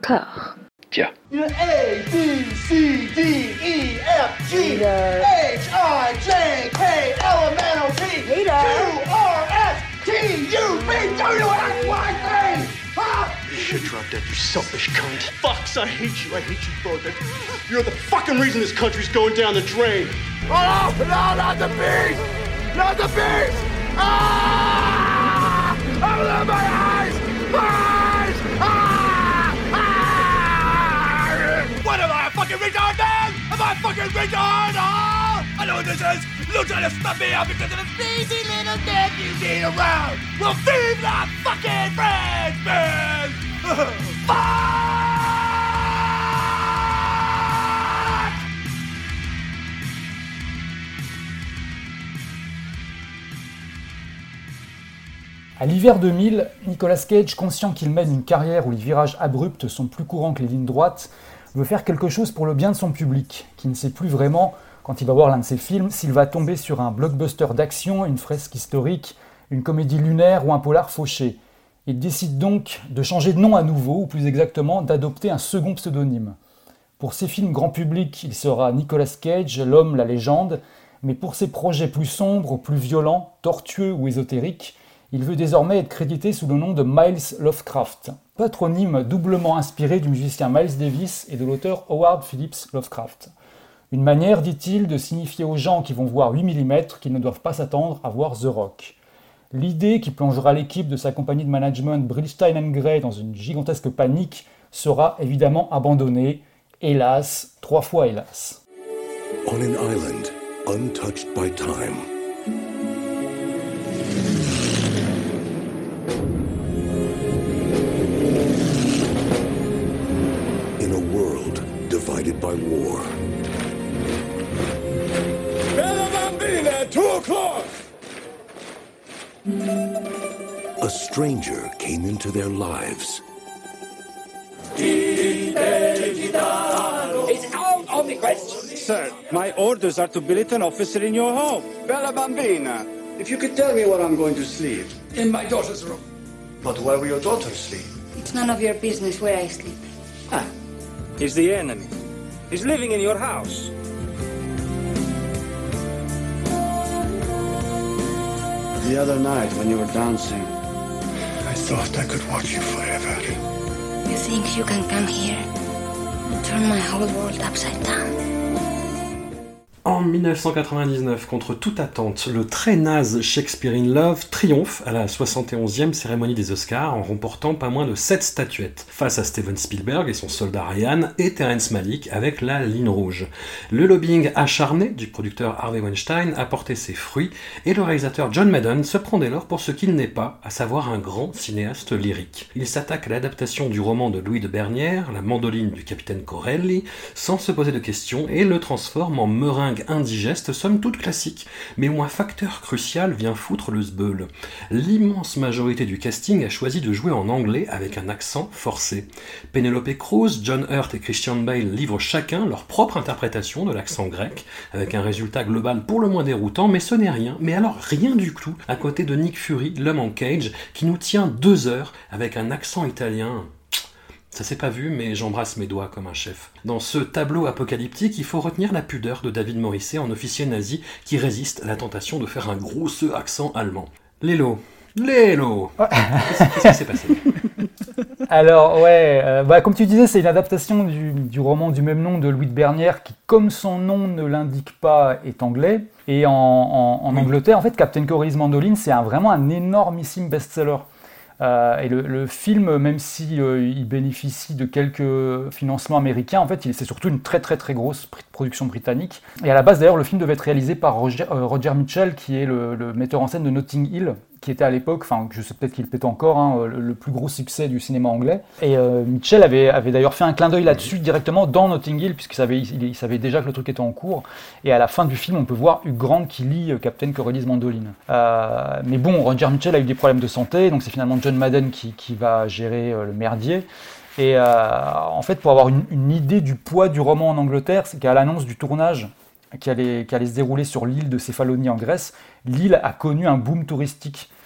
corps. Tiens. A, B, C, D, E, F, G, H, I, J, K, L, M, N, O, P, Q, R, S, T, U, V, W, X, Y, Z. You should drop that, you selfish cunt. Fucks, I hate you. I hate you both. You're the fucking reason this country's going down the drain. Oh, no, not the beast! Not the beast! Ah! Open my eyes! Eyes! Ah! Ah! What am I, a fucking retard, man? Am I a fucking retard? Oh! I know what this is! You're trying to stop me out because of the sneezy little dick you need around! Well, feed the fucking French, man! Fuck! À l'hiver 2000, Nicolas Cage, conscient qu'il mène une carrière où les virages abrupts sont plus courants que les lignes droites, veut faire quelque chose pour le bien de son public, qui ne sait plus vraiment, quand il va voir l'un de ses films, s'il va tomber sur un blockbuster d'action, une fresque historique, une comédie lunaire ou un polar fauché. Il décide donc de changer de nom à nouveau, ou plus exactement d'adopter un second pseudonyme. Pour ses films grand public, il sera Nicolas Cage, l'homme, la légende, mais pour ses projets plus sombres, plus violents, tortueux ou ésotériques, il veut désormais être crédité sous le nom de Miles Lovecraft, patronyme doublement inspiré du musicien Miles Davis et de l'auteur Howard Phillips Lovecraft. Une manière, dit-il, de signifier aux gens qui vont voir 8 mm qu'ils ne doivent pas s'attendre à voir The Rock. L'idée qui plongera l'équipe de sa compagnie de management Bridgestine & Gray dans une gigantesque panique sera évidemment abandonnée, hélas, 3 fois hélas. On an island, untouched by time. In a world divided by war. Bella Bambina, 2 o'clock! A stranger came into their lives. It's out of the question. Sir, my orders are to billet an officer in your home. Bella Bambina, if you could tell me where I'm going to sleep. In my daughter's room. But where will your daughter sleep? It's none of your business where I sleep. Ah, he's the enemy. He's living in your house. The other night when you were dancing, I thought I could watch you forever. You think you can come here and turn my whole world upside down? En 1999, contre toute attente, le très naze Shakespeare in Love triomphe à la 71e cérémonie des Oscars en remportant pas moins de 7 statuettes, face à Steven Spielberg et son soldat Ryan et Terrence Malick avec La Ligne Rouge. Le lobbying acharné du producteur Harvey Weinstein a porté ses fruits et le réalisateur John Madden se prend dès lors pour ce qu'il n'est pas, à savoir un grand cinéaste lyrique. Il s'attaque à l'adaptation du roman de Louis de Bernières, La mandoline du capitaine Corelli, sans se poser de questions et le transforme en meringue indigeste, somme toute classique, mais où un facteur crucial vient foutre le zbeul. L'immense majorité du casting a choisi de jouer en anglais avec un accent forcé. Penelope Cruz, John Hurt et Christian Bale livrent chacun leur propre interprétation de l'accent grec, avec un résultat global pour le moins déroutant, mais ce n'est rien, mais alors rien du tout, à côté de Nick Fury, l'homme en cage, qui nous tient 2 heures avec un accent italien. Ça s'est pas vu, mais j'embrasse mes doigts comme un chef. Dans ce tableau apocalyptique, il faut retenir la pudeur de David Morrissey en officier nazi qui résiste à la tentation de faire un gros accent allemand. Lélo. Qu'est-ce qui s'est passé ? Alors comme tu disais, c'est une adaptation du roman du même nom de Louis de Bernières qui, comme son nom ne l'indique pas, est anglais. Et en Angleterre, en fait, Captain Corelli's Mandoline, c'est vraiment un énormissime best-seller. Et le film, même si il bénéficie de quelques financements américains, en fait, c'est surtout une très très très grosse production britannique. Et à la base, d'ailleurs, le film devait être réalisé par Roger Mitchell, qui est le metteur en scène de Notting Hill, qui était à l'époque, enfin, je sais peut-être qu'il peut encore, le plus gros succès du cinéma anglais. Et Mitchell avait d'ailleurs fait un clin d'œil là-dessus directement dans Notting Hill, puisqu'il savait déjà que le truc était en cours. Et à la fin du film, on peut voir Hugh Grant qui lit Captain Corelli's Mandoline. Mais bon, Roger Mitchell a eu des problèmes de santé, donc c'est finalement John Madden qui va gérer le merdier. Et en fait, pour avoir une idée du poids du roman en Angleterre, c'est qu'à l'annonce du tournage qui allait se dérouler sur l'île de Céphalonie en Grèce, l'île a connu un boom touristique.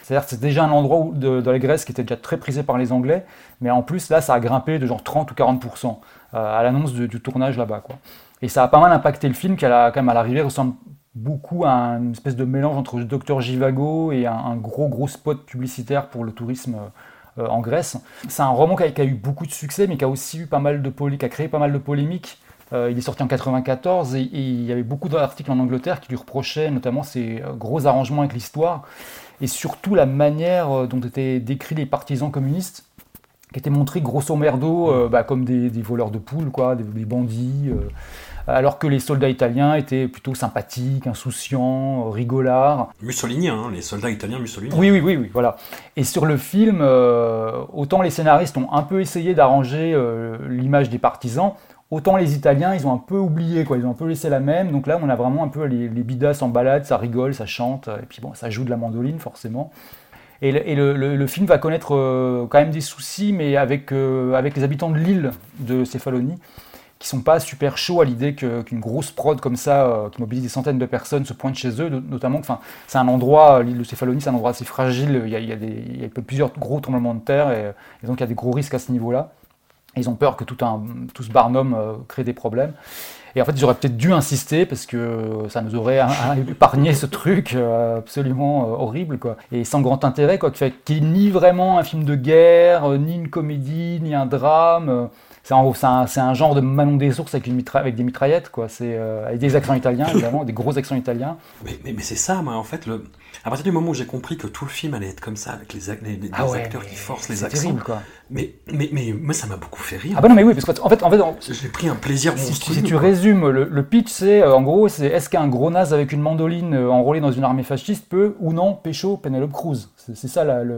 C'est-à-dire que c'est déjà un endroit de la Grèce qui était déjà très prisé par les Anglais, mais en plus là ça a grimpé de genre 30 ou 40% à l'annonce du tournage là-bas, quoi. Et ça a pas mal impacté le film qui quand même à l'arrivée ressemble beaucoup à une espèce de mélange entre Dr Zhivago et un gros spot publicitaire pour le tourisme en Grèce. C'est un roman qui a eu beaucoup de succès, mais qui a aussi eu qui a créé pas mal de polémiques. Il est sorti en 1994 et il y avait beaucoup d'articles en Angleterre qui lui reprochaient notamment ses gros arrangements avec l'histoire et surtout la manière dont étaient décrits les partisans communistes, qui étaient montrés grosso merdo comme des voleurs de poules, quoi, des bandits, alors que les soldats italiens étaient plutôt sympathiques, insouciants, rigolards. Mussoliniens, les soldats italiens mussoliniens. Oui, voilà. Et sur le film, autant les scénaristes ont un peu essayé d'arranger l'image des partisans, autant les Italiens, ils ont un peu oublié, quoi. Ils ont un peu laissé la même. Donc là, on a vraiment un peu les bidas en balade, ça rigole, ça chante, et puis bon, ça joue de la mandoline, forcément. Et le film va connaître quand même des soucis, mais avec les habitants de l'île de Céphalonie, qui sont pas super chauds à l'idée qu'une grosse prod comme ça, qui mobilise des centaines de personnes, se pointe chez eux, notamment que c'est un endroit, l'île de Céphalonie, c'est un endroit assez fragile, il y a plusieurs gros tremblements de terre, et donc il y a des gros risques à ce niveau-là. Et ils ont peur que tout ce barnum crée des problèmes. Et en fait, ils auraient peut-être dû insister parce que ça nous aurait épargné ce truc absolument horrible, quoi. Et sans grand intérêt, quoi, qui est ni vraiment un film de guerre, ni une comédie, ni un drame. C'est un genre de Manon des Ours avec des mitraillettes, quoi. C'est avec des accents italiens, évidemment, des gros accents italiens. Mais c'est ça, moi, en fait, à partir du moment où j'ai compris que tout le film allait être comme ça, avec les acteurs qui forcent les accents, terrible, quoi. Mais moi, ça m'a beaucoup fait rire. Ah bah non, mais oui, parce qu'en fait j'ai pris un plaisir monstrueux. Si tu résumes le pitch, c'est en gros, c'est est-ce qu'un gros naze avec une mandoline enrôlé dans une armée fasciste peut ou non pécho Penelope Cruz. C'est ça la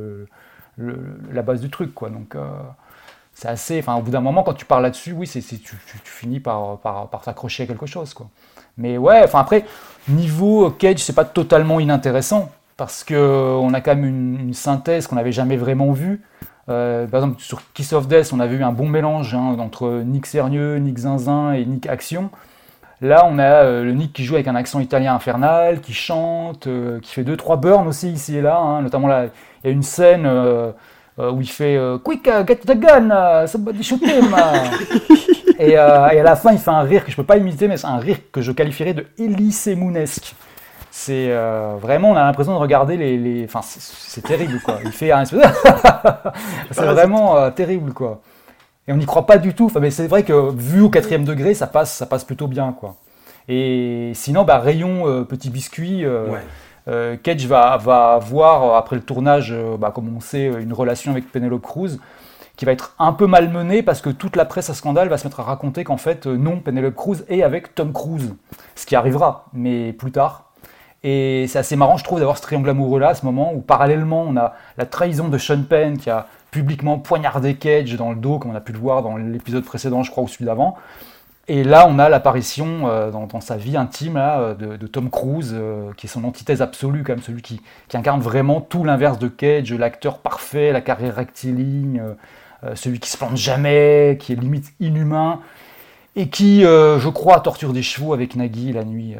base du truc, quoi. Donc c'est assez. Enfin, au bout d'un moment, quand tu parles là-dessus, oui, tu finis par t'accrocher à quelque chose, quoi. Mais ouais, enfin après, niveau Cage, c'est pas totalement inintéressant parce que on a quand même une synthèse qu'on n'avait jamais vraiment vue. Par exemple, sur Kiss of Death, on avait eu un bon mélange entre Nick Sérieux, Nick Zinzin et Nick Action. Là, on a le Nick qui joue avec un accent italien infernal, qui chante, qui fait 2-3 burns aussi ici et là. Notamment là, il y a une scène où il fait Quick, get the gun, somebody shoot him. et à la fin, il fait un rire que je peux pas imiter, mais c'est un rire que je qualifierais de élysémounesque. C'est vraiment, on a l'impression de regarder Enfin, c'est terrible, quoi. Il fait un espèce de... c'est vraiment terrible, quoi. Et on n'y croit pas du tout. Enfin, mais c'est vrai que, vu au 4e degré, ça passe plutôt bien, quoi. Et sinon, rayon petit biscuit, Cage va avoir, après le tournage, comme on sait, une relation avec Penelope Cruz, qui va être un peu malmenée, parce que toute la presse à scandale va se mettre à raconter qu'en fait, non, Penelope Cruz est avec Tom Cruise. Ce qui arrivera, mais plus tard. Et c'est assez marrant, je trouve, d'avoir ce triangle amoureux-là, à ce moment où, parallèlement, on a la trahison de Sean Penn, qui a publiquement poignardé Cage dans le dos, comme on a pu le voir dans l'épisode précédent, je crois, ou celui d'avant. Et là, on a l'apparition dans sa vie intime là, de Tom Cruise, qui est son antithèse absolue, quand même, celui qui incarne vraiment tout l'inverse de Cage, l'acteur parfait, la carrière rectiligne, celui qui se plante jamais, qui est limite inhumain, et qui, je crois, torture des chevaux avec Nagui la nuit.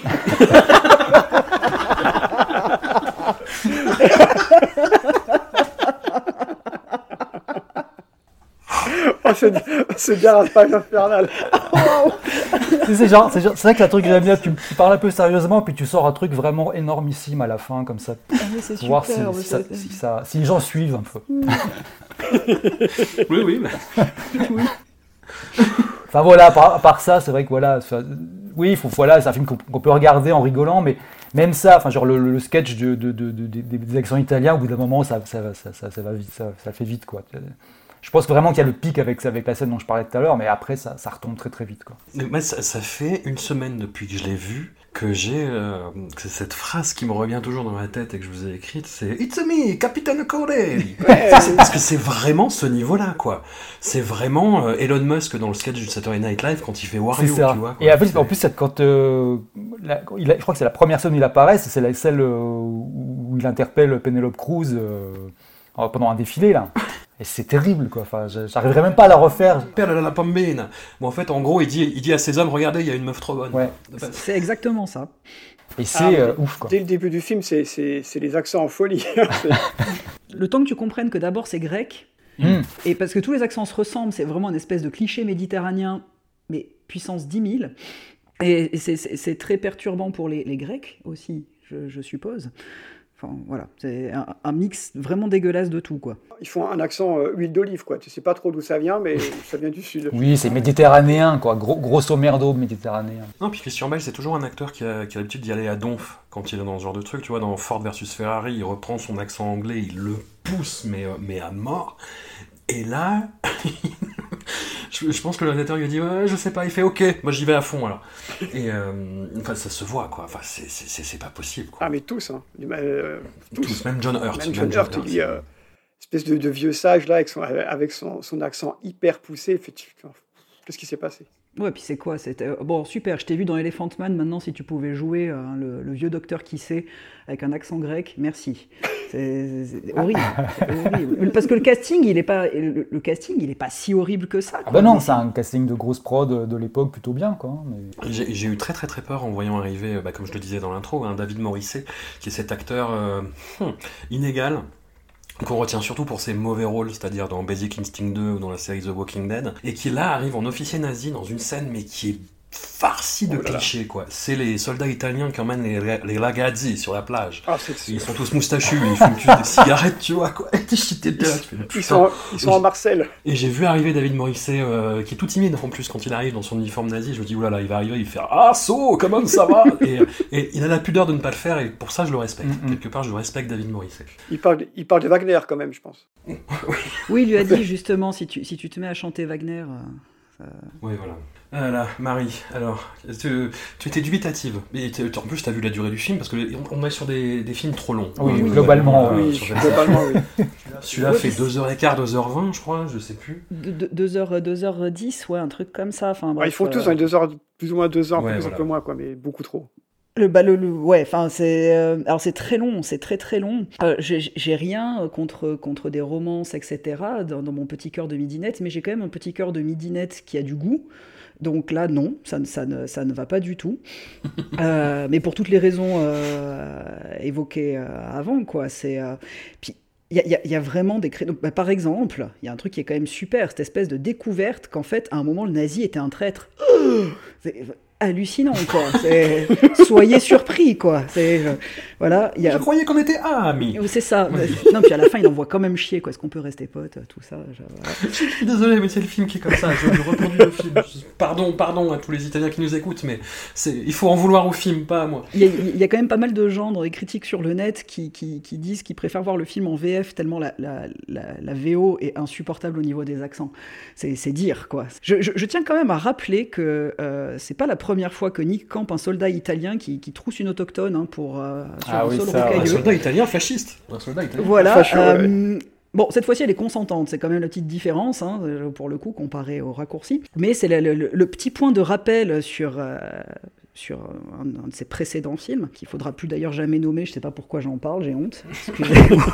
Oh, c'est bien la page infernale. C'est vrai que c'est un truc que j'aime bien, tu parles un peu sérieusement, puis tu sors un truc vraiment énormissime à la fin, comme ça. C'est super, voir si les gens suivent un peu. Oui. Enfin voilà, à part ça, c'est vrai que voilà, oui, c'est un film qu'on peut regarder en rigolant, mais même ça, enfin genre le sketch des accents italiens, au bout d'un moment, ça va vite, ça fait vite, quoi. Je pense vraiment qu'il y a le pic avec la scène dont je parlais tout à l'heure, mais après ça retombe très très vite, quoi. Mais ça fait une semaine depuis que je l'ai vu que j'ai cette phrase qui me revient toujours dans ma tête et que je vous ai écrite, c'est « It's me, Capitaine Corelli !» Parce que c'est vraiment ce niveau-là, quoi. C'est vraiment Elon Musk dans le sketch du Saturday Night Live quand il fait Wario, tu vois. Quoi. Et en plus, quand je crois que c'est la première scène où il apparaît, c'est celle où il interpelle Penelope Cruz pendant un défilé, là. Et c'est terrible, quoi. Enfin, j'arriverais même pas à la refaire. Perle la bambina. Bon, en fait, en gros, il dit à ses hommes, regardez, il y a une meuf trop bonne. Ouais. C'est exactement ça. Et c'est ouf, quoi. Dès le début du film, c'est les accents en folie. Le temps que tu comprennes que d'abord c'est grec, et parce que tous les accents se ressemblent, c'est vraiment une espèce de cliché méditerranéen, mais puissance 10 000. Et c'est très perturbant pour les Grecs aussi, je suppose. Enfin, voilà, c'est un mix vraiment dégueulasse de tout, quoi. Ils font un accent huile d'olive, quoi. Tu sais pas trop d'où ça vient, mais ça vient du sud. Oui, c'est méditerranéen, quoi. Grosso merdo méditerranéen. Non, puis Christian Bale, c'est toujours un acteur qui a l'habitude d'y aller à donf quand il est dans ce genre de truc. Tu vois, dans Ford versus Ferrari, il reprend son accent anglais, il le pousse, mais à mort. Et là, je pense que le réalisateur lui a dit ouais, je sais pas, il fait ok, moi j'y vais à fond alors. Et enfin, ça se voit quoi, enfin, c'est pas possible quoi. Ah, mais tous, hein. Tous, même John Hurt. Même John Hurt, il espèce de vieux sage là, avec son accent hyper poussé. Qu'est-ce qui s'est passé? Ouais, puis c'est quoi? C'était bon, super. Je t'ai vu dans Elephant Man. Maintenant, si tu pouvais jouer le vieux docteur qui sait avec un accent grec, merci. C'est horrible. C'est horrible. Parce que le casting, il est pas si horrible que ça. Ah bah non, c'est un casting de grosse prod de l'époque plutôt bien, quoi. Mais... J'ai eu très très très peur en voyant arriver, comme je le disais dans l'intro, David Morrissey, qui est cet acteur inégal. Qu'on retient surtout pour ses mauvais rôles, c'est-à-dire dans Basic Instinct 2 ou dans la série The Walking Dead, et qui là arrive en officier nazi dans une scène mais qui est farcie de clichés quoi. C'est les soldats italiens qui emmènent les ragazzi sur la plage. Ah, ils sont tous moustachus, ils fument tous des cigarettes, tu vois quoi. Ils sont en Marcel. Et j'ai vu arriver David Morrissey, qui est tout timide en plus quand il arrive dans son uniforme nazi. Je me dis oulala, il va arriver, il va faire ah so, comment ça va et il a la pudeur de ne pas le faire et pour ça je le respecte. Quelque part je respecte David Morrissey. Il parle de Wagner quand même, je pense. Oui, il lui a dit justement si tu te mets à chanter Wagner. Oui, voilà. Voilà, Marie, alors, tu étais dubitative. Mais en plus, tu as vu la durée du film, parce qu'on est sur des films trop longs. Oui, globalement, oui. Celui-là fait 2h15, 2h20, je crois, je sais plus. 2h10, ouais, un truc comme ça. Enfin, bref, ils font tous dans les 2 heures, plus ou moins 2 heures, ouais, plus un peu moins, quoi, mais beaucoup trop. Ouais, enfin alors c'est très long, c'est très très long. J'ai rien contre des romances, etc. dans mon petit cœur de midinette, mais j'ai quand même un petit cœur de midinette qui a du goût. Donc là, non, ça ne va pas du tout. Mais pour toutes les raisons évoquées avant, quoi. Puis il y a vraiment des créneaux. Bah, par exemple, il y a un truc qui est quand même super, cette espèce de découverte qu'en fait, à un moment, le nazi était un traître. C'est hallucinant, quoi. Soyez surpris, quoi. Voilà. Je croyais qu'on était amis. C'est ça. Non, puis à la fin, il envoie quand même chier, quoi. Est-ce qu'on peut rester potes, tout ça. Je suis désolé, mais c'est le film qui est comme ça. Je reproduis le film. Pardon à tous les Italiens qui nous écoutent, mais il faut en vouloir au film, pas à moi. Il y a quand même pas mal de gens dans les critiques sur le net qui disent qu'ils préfèrent voir le film en VF tellement la VO est insupportable au niveau des accents. C'est dire, quoi. Je tiens quand même à rappeler que c'est pas la première fois que Nick campe un soldat italien qui trousse une autochtone sur un sol rocailleux. Un soldat italien fasciste. Voilà. Bon, cette fois-ci, elle est consentante. C'est quand même la petite différence, hein, pour le coup, comparé au raccourci. Mais c'est le petit point de rappel sur un de ses précédents films, qu'il faudra plus d'ailleurs jamais nommer. Je sais pas pourquoi j'en parle, j'ai honte. Excusez-moi.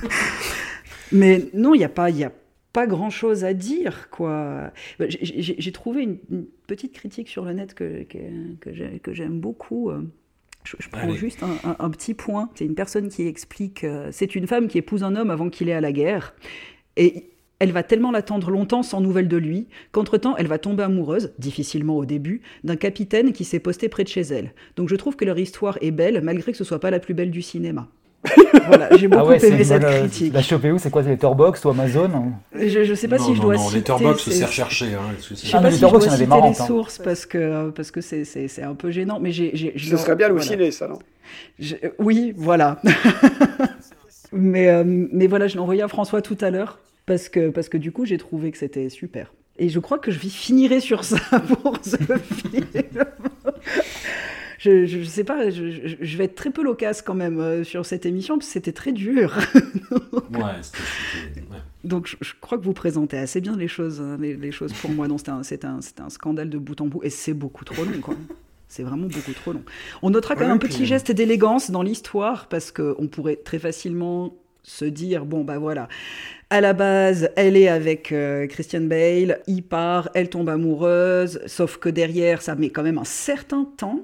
Mais non, il y a pas grand-chose à dire, quoi. J'ai trouvé une petite critique sur le net que j'aime beaucoup. Je prends juste un petit point. C'est une personne qui explique c'est une femme qui épouse un homme avant qu'il ait à la guerre. Et elle va tellement l'attendre longtemps sans nouvelles de lui qu'entre-temps, elle va tomber amoureuse, difficilement au début, d'un capitaine qui s'est posté près de chez elle. Donc je trouve que leur histoire est belle, malgré que ce soit pas la plus belle du cinéma. Voilà, j'ai beaucoup aimé cette critique. La chopé où? C'est quoi, c'est Letterboxd ou Amazon? Je sais pas si je dois citer. Non, Letterboxd, c'est recherché. Je sais pas si je dois citer les sources parce que c'est un peu gênant. Mais ce serait bien halluciné, ça, non? Oui, voilà. mais voilà, je l'ai envoyé à François tout à l'heure parce que du coup, j'ai trouvé que c'était super. Et je crois que je finirai sur ça pour ce film. Je sais pas, je vais être très peu loquace quand même sur cette émission, parce que c'était très dur. Donc je crois que vous présentez assez bien les choses pour moi. Donc c'était un scandale de bout en bout, et c'est beaucoup trop long, quoi. C'est vraiment beaucoup trop long. On notera quand même un petit geste d'élégance dans l'histoire, parce qu'on pourrait très facilement se dire, bon bah voilà, à la base, elle est avec Christian Bale, il part, elle tombe amoureuse, sauf que derrière, ça met quand même un certain temps.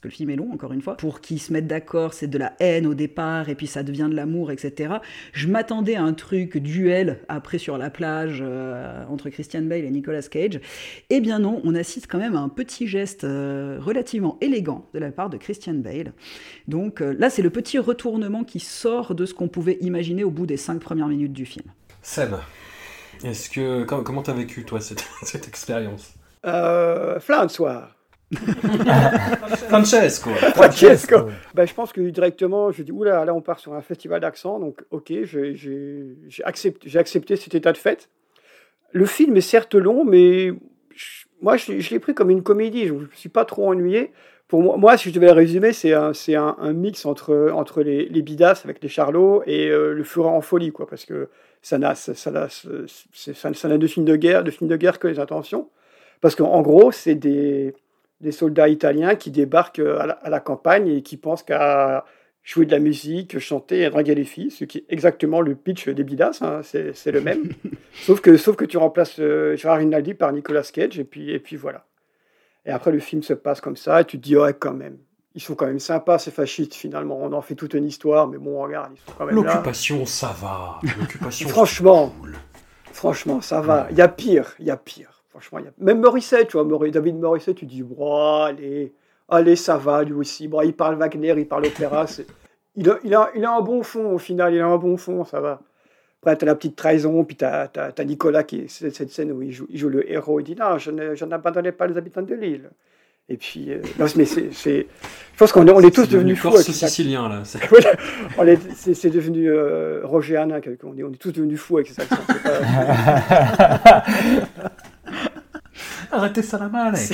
parce que le film est long, encore une fois, pour qu'ils se mettent d'accord, c'est de la haine au départ, et puis ça devient de l'amour, etc. Je m'attendais à un truc duel, après sur la plage, entre Christian Bale et Nicolas Cage. Eh bien non, on assiste quand même à un petit geste relativement élégant de la part de Christian Bale. Donc là, c'est le petit retournement qui sort de ce qu'on pouvait imaginer au bout des 5 premières minutes du film. Seb, comment t'as vécu, toi, cette expérience? Flan soir. Francesco. Ben, je pense que directement, je dis, oula, là on part sur un festival d'accent, donc ok, j'ai accepté cet état de fait. Le film est certes long, mais moi je l'ai pris comme une comédie, je ne me suis pas trop ennuyé. Pour moi, si je devais le résumer, c'est un mix entre les bidasses avec les charlots et le Fureur en folie, quoi, parce que ça n'a de film de guerre que les intentions. Parce qu'en gros, c'est des soldats italiens qui débarquent à la campagne et qui pensent qu'à jouer de la musique, chanter et draguer les filles, ce qui est exactement le pitch des Bidas, hein, c'est le même. sauf que tu remplaces Gérard Rinaldi par Nicolas Cage, et puis voilà. Et après, le film se passe comme ça, et tu te dis, ouais, quand même. Ils sont quand même sympas, ces fascistes, finalement. On en fait toute une histoire, mais bon, regarde, ils sont quand même là. L'occupation, ça va. L'occupation, franchement, cool. Franchement, ça va. Il y a pire. Franchement, même Morrissette, tu vois, David Morissette, tu dis, bon, allez, ça va, lui aussi. Bon, il parle Wagner, il parle opéra. Il a un bon fond, au final, ça va. Après, t'as la petite trahison, puis t'as Nicolas, c'est cette scène où il joue le héros, il dit, non, je n'abandonnais pas les habitants de l'île. Et puis, non, mais je pense qu'on est tous devenus fous. C'est sicilien, là. C'est devenu Roger Hanin, on est tous devenus fous avec ces accents. Arrêtez ça la main, mec.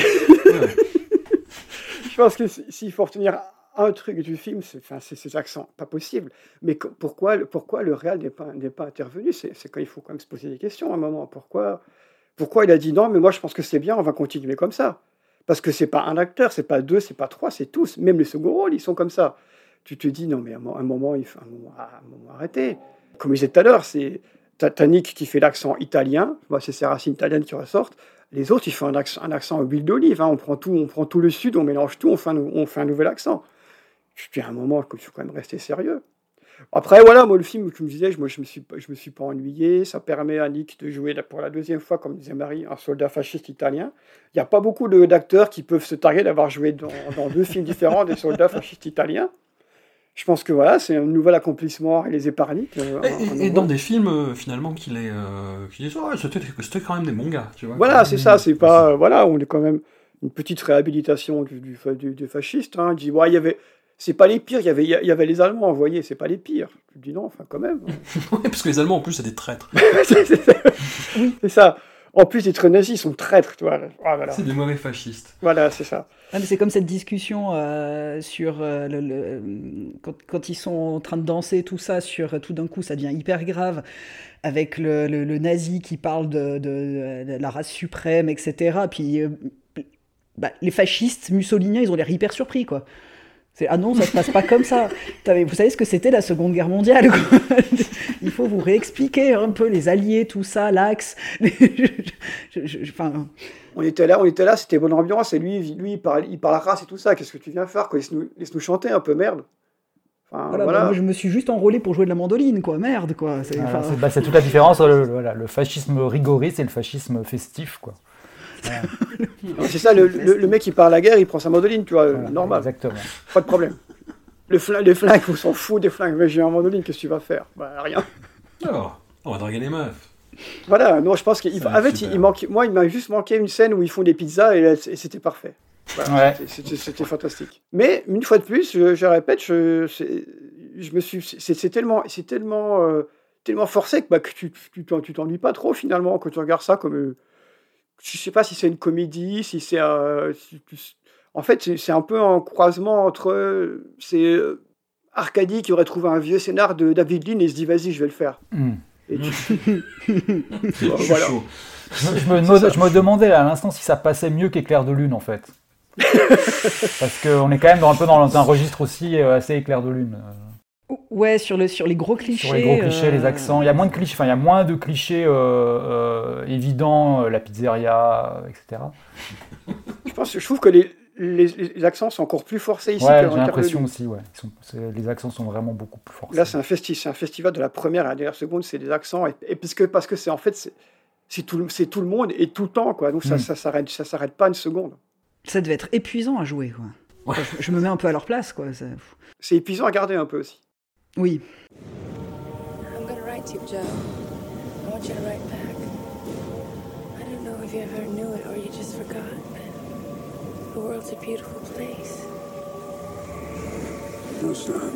Je pense que s'il faut retenir un truc du film, c'est ces accents, pas possible. Mais pourquoi le réal n'est pas intervenu, c'est quand il faut quand même se poser des questions à un moment. Pourquoi il a dit non, mais moi je pense que c'est bien, on va continuer comme ça. Parce que c'est pas un acteur, c'est pas deux, c'est pas trois, c'est tous. Même les second rôles, ils sont comme ça. Tu te dis non, mais à un moment, il faut arrêter. Comme je disais tout à l'heure, t'as Nick qui fait l'accent italien, c'est ses racines italiennes qui ressortent. Les autres, ils font un accent à huile d'olive. Hein. On prend tout le sud, on mélange tout, on fait un nouvel accent. Puis à un moment, il faut quand même rester sérieux. Après, voilà, moi, le film, comme je disais, je me suis pas ennuyé. Ça permet à Nick de jouer pour la deuxième fois, comme disait Marie, un soldat fasciste italien. Il n'y a pas beaucoup d'acteurs qui peuvent se targuer d'avoir joué dans 2 films différents des soldats fascistes italiens. Je pense que voilà, c'est un nouvel accomplissement et les épargniques. Et dans des films, finalement, qui disent oh, c'était quand même des bons gars. Tu vois, voilà, c'est ça, c'est pas. Voilà, on est quand même une petite réhabilitation du fasciste. Hein. Il dit, ouais, c'est pas les pires, il y avait les Allemands, vous voyez, c'est pas les pires. Je dis non, enfin, quand même. Oui, parce que les Allemands, en plus, c'est des traîtres. C'est ça. En plus, les traîtres nazis sont traîtres, tu vois. Ah, voilà. C'est des mauvais fascistes. Voilà, c'est ça. Ah, mais c'est comme cette discussion sur quand ils sont en train de danser, tout ça, tout d'un coup, ça devient hyper grave, avec le nazi qui parle de la race suprême, etc. Puis les fascistes mussoliniens, ils ont l'air hyper surpris, quoi. Ah non, ça se passe pas comme ça. Vous savez ce que c'était la Seconde Guerre mondiale, quoi. Il faut vous réexpliquer un peu les alliés, tout ça, l'Axe. On était là, c'était bonne ambiance, et lui il parle race et tout ça. Qu'est-ce que tu viens faire, quoi? Laisse-nous chanter un peu, merde. Enfin, voilà. Moi, je me suis juste enrôlé pour jouer de la mandoline, quoi. Merde, quoi. C'est toute la différence. Le fascisme rigoriste et le fascisme festif, quoi. Voilà. C'est ça, le mec qui part à la guerre, il prend sa mandoline, tu vois, voilà, normal. Exactement. Pas de problème. Les flingues, on s'en fout des flingues. Mais j'ai un mandoline, qu'est-ce que tu vas faire? Rien. Alors, on va draguer les meufs. Voilà, non, je pense qu'il il m'a juste manqué une scène où ils font des pizzas et c'était parfait. Voilà, ouais. C'était fantastique. Mais une fois de plus, je répète, c'est tellement forcé que tu t'ennuies pas trop finalement quand tu regardes ça comme. Je sais pas si c'est une comédie, si c'est en fait c'est un peu un croisement entre Arcadie qui aurait trouvé un vieux scénar de David Lean et se dit vas-y je vais le faire. Et voilà. Je me demandais à l'instant si ça passait mieux qu'Éclair de lune en fait. Parce qu'on est quand même un peu dans un registre aussi assez Éclair de lune. Ouais, sur les gros clichés. Sur les gros clichés, les accents. Il y a moins de clichés, il y a moins de clichés évidents, la pizzeria, etc. Je trouve que les accents sont encore plus forcés ici. Ouais, j'ai l'impression aussi, ouais. Les accents sont vraiment beaucoup plus forcés. Là, c'est un festival de la première à la dernière seconde, c'est des accents, et parce que c'est en fait, c'est tout le monde et tout le temps, quoi. Donc ça s'arrête pas une seconde. Ça devait être épuisant à jouer, quoi. Ouais. Je me mets un peu à leur place, quoi. C'est épuisant à garder un peu aussi. Oui. I'm gonna write to you, Joe. I want you to write back. I don't know if you ever knew it or you just forgot. The world's a beautiful place. No, it's not.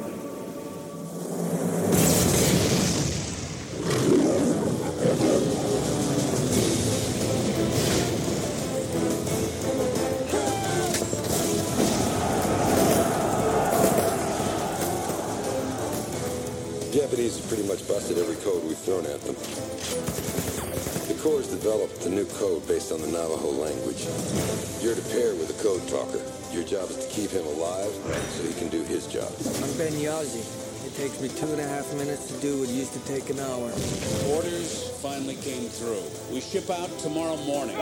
Japanese have pretty much busted every code we've thrown at them. The Corps developed a new code based on the Navajo language. You're to pair with a code talker. Your job is to keep him alive so he can do his job. I'm Ben Yazi. It takes me 2.5 minutes to do what used to take an hour. Orders finally came through. We ship out tomorrow morning.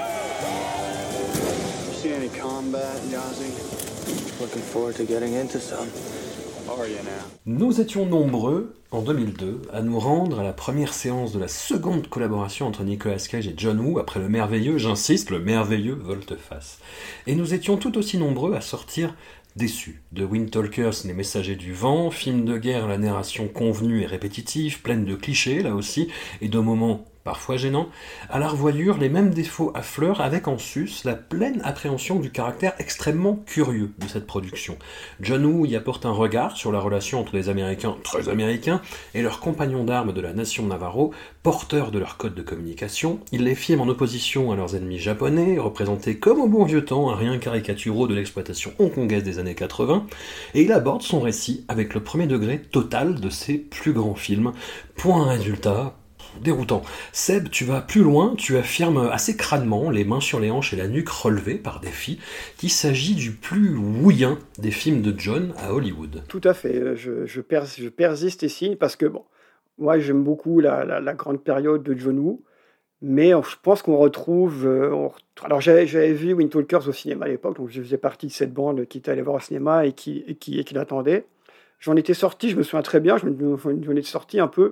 You see any combat, Yazi? Looking forward to getting into some. How are you now? Nous étions nombreux, en 2002, à nous rendre à la première séance de la seconde collaboration entre Nicolas Cage et John Woo après le merveilleux, j'insiste, le merveilleux Volte-Face. Et nous étions tout aussi nombreux à sortir déçus de Wind Talkers, Les Messagers du Vent, film de guerre à la narration convenue et répétitive, pleine de clichés là aussi, et de moments parfois gênants, à la revoyure les mêmes défauts à fleur, avec en sus la pleine appréhension du caractère extrêmement curieux de cette production. John Woo y apporte un regard sur la relation entre les Américains, très américains, et leurs compagnons d'armes de la nation Navarro, porteurs de leur code de communication. Il les filme en opposition à leurs ennemis japonais, représentés comme au bon vieux temps, un rien caricaturaux de l'exploitation hongkongaise des années 80, et il aborde son récit avec le premier degré total de ses plus grands films. Point résultat, déroutant. Seb, tu vas plus loin, tu affirmes assez crânement, les mains sur les hanches et la nuque relevée par défi, qu'il s'agit du plus wouillant des films de John à Hollywood. Tout à fait, je persiste et signe, parce que bon, moi j'aime beaucoup la grande période de John Woo, mais je pense qu'on retrouve... alors j'avais vu Wind Talkers au cinéma à l'époque, donc je faisais partie de cette bande qui était allée voir au cinéma et qui l'attendait. J'en étais sorti, je me souviens très bien, j'en étais sorti un peu...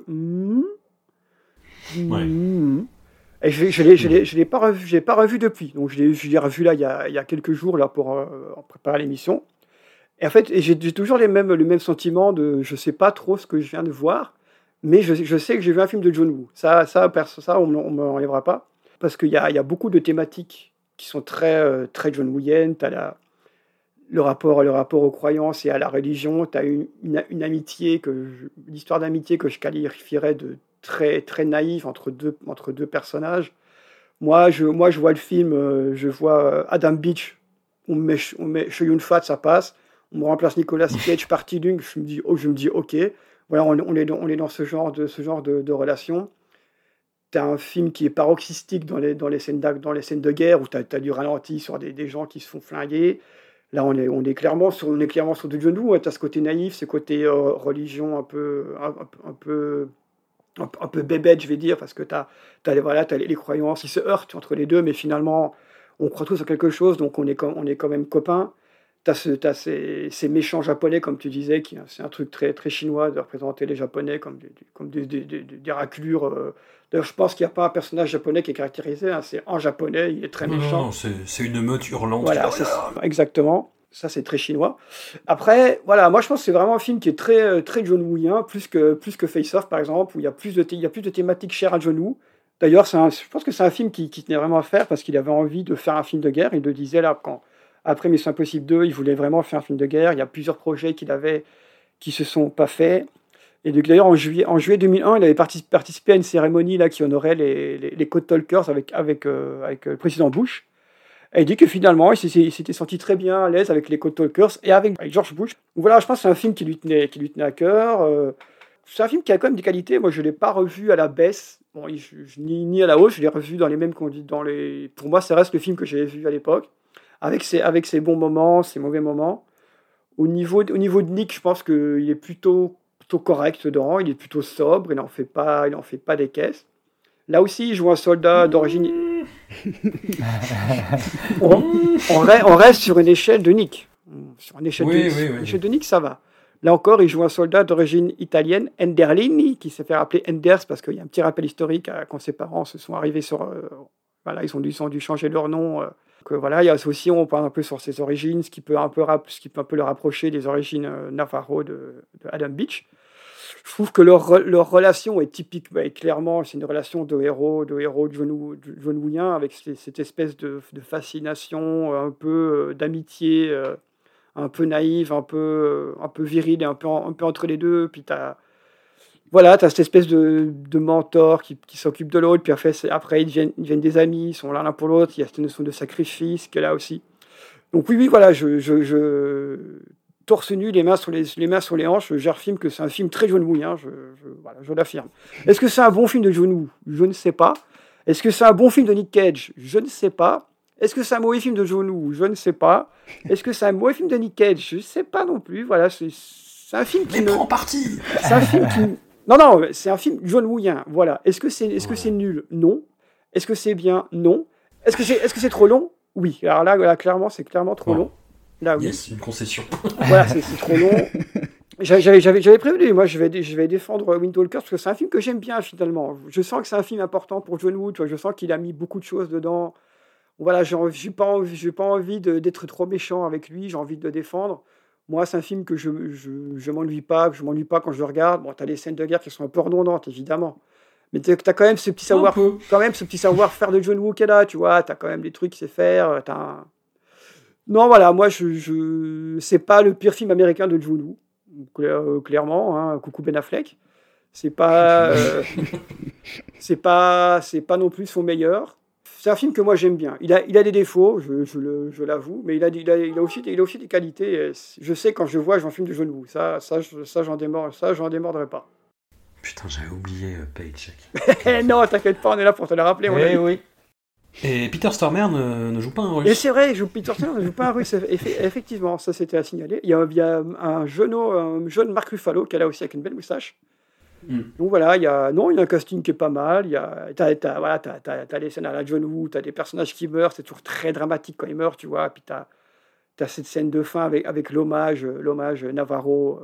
Ouais. Et je l'ai pas revu depuis. Donc je l'ai revu là il y a quelques jours là pour préparer l'émission. Et en fait, j'ai toujours le même sentiment de je sais pas trop ce que je viens de voir, mais je sais que j'ai vu un film de John Woo. Ça on me enlèvera pas, parce qu'il y a beaucoup de thématiques qui sont très très John Wooiennes. T'as le rapport aux croyances et à la religion. T'as une amitié l'histoire d'amitié que je qualifierais de très très naïf entre deux personnages. Moi je vois le film, je vois Adam Beach, on me met Chow Yun-fat, ça passe. On me remplace Nicolas Cage, partie d'une, je me dis ok, voilà, on est dans ce genre de relation. T'as un film qui est paroxystique dans les scènes de guerre, où t'as du ralenti sur des gens qui se font flinguer. Là, on est clairement sur du John Woo. T'as ce côté naïf, ce côté religion un peu bébête, je vais dire, parce que t'as les croyances qui se heurtent entre les deux, mais finalement, on croit tous à quelque chose, donc on est quand même copains. T'as ces méchants japonais, comme tu disais, c'est un truc très, très chinois de représenter les japonais comme des raclures. D'ailleurs, je pense qu'il n'y a pas un personnage japonais qui est caractérisé, hein, c'est un japonais, il est très méchant. Non, c'est une meute hurlante. Voilà, exactement. Ça, c'est très chinois. Après, voilà, moi, je pense que c'est vraiment un film qui est très, très John Wooien, plus que Face Off, par exemple, où il y a plus de thématiques chères à John Woo. D'ailleurs, je pense que c'est un film qui tenait vraiment à faire, parce qu'il avait envie de faire un film de guerre. Il le disait là, après Mission Impossible 2, il voulait vraiment faire un film de guerre. Il y a plusieurs projets qu'il avait qui se sont pas faits. Et d'ailleurs, en juillet 2001, il avait participé à une cérémonie là, qui honorait les Code Talkers avec le président Bush. Et il dit que finalement, il s'était senti très bien à l'aise avec les Code Talkers et avec George Bush. Donc voilà, je pense que c'est un film qui lui tenait à cœur. C'est un film qui a quand même des qualités. Moi, je ne l'ai pas revu à la baisse, ni à la hausse. Je l'ai revu dans les mêmes conditions. Pour moi, ça reste le film que j'avais vu à l'époque, avec ses bons moments, ses mauvais moments. Au niveau de Nick, je pense qu'il est plutôt correct dedans. Il est plutôt sobre. Il n'en fait pas des caisses. Là aussi, il joue un soldat d'origine... on reste sur une échelle de Nick. Sur une échelle de Nick, ça va. Là encore, il joue un soldat d'origine italienne, Enderlini, qui s'est fait appeler Enders parce qu'il y a un petit rappel historique quand ses parents se sont arrivés sur... voilà, ils ont dû changer leur nom. Voilà, il y a aussi, on parle un peu sur ses origines, ce qui peut un peu le rapprocher des origines Navarro de Adam Beach. Je trouve que leur relation est typique, clairement, c'est une relation de héros John Wooien, avec cette espèce de fascination, un peu d'amitié, un peu naïve, un peu virile, un peu entre les deux. Puis t'as cette espèce de mentor qui s'occupe de l'autre, puis après ils deviennent des amis, ils sont l'un pour l'autre, il y a cette notion de sacrifice qui est là aussi. Donc oui, voilà, je torse nu, les mains sur les hanches, j'affirme que c'est un film très John Woo, je l'affirme. Est-ce que c'est un bon film de John Woo ? Je ne sais pas. Est-ce que c'est un bon film de Nick Cage ? Je ne sais pas. Est-ce que c'est un mauvais film de John Woo ? Je ne sais pas. Est-ce que c'est un mauvais film de Nick Cage ? Je ne sais pas non plus. Voilà, c'est un film qui prend parti. C'est un film qui... Non, c'est un film John Wooien. Voilà. Est-ce que c'est nul ? Non. Est-ce que c'est bien ? Non. Est-ce que c'est trop long ? Oui. Alors là, clairement, c'est clairement trop long. Là, oui. Yes, une concession. Voilà, c'est trop long. J'avais prévenu, moi, je vais défendre Wind Talkers parce que c'est un film que j'aime bien finalement. Je sens que c'est un film important pour John Woo. Tu vois, je sens qu'il a mis beaucoup de choses dedans. Voilà, j'ai pas envie d'être trop méchant avec lui. J'ai envie de le défendre. Moi, c'est un film que je m'ennuie pas. Je m'ennuie pas quand je le regarde. Bon, t'as les scènes de guerre qui sont un peu redondantes, évidemment. Mais t'as quand même ce petit savoir-faire de John Woo qui est là, tu vois. T'as quand même des trucs qu'il sait faire. Non, voilà, moi, c'est pas le pire film américain de John Woo, clairement. Hein, coucou Ben Affleck. C'est pas non plus son meilleur. C'est un film que moi j'aime bien. Il a des défauts, je l'avoue, mais il a aussi des qualités. Je sais quand je vois un film de John Woo. Ça j'en démordrai pas. Putain, j'avais oublié Paycheck. Non, t'inquiète pas, on est là pour te le rappeler. Oui. Et Peter Stormare ne joue pas un russe. Et c'est vrai, Peter Stormare ne joue pas un russe. Effectivement, ça c'était à signaler. Il y a un jeune Mark Ruffalo qui est là aussi avec une belle moustache. Donc voilà, il y a un casting qui est pas mal. T'as les scènes à la John Woo, t'as des personnages qui meurent, c'est toujours très dramatique quand ils meurent, tu vois. Puis t'as cette scène de fin avec l'hommage Navarro.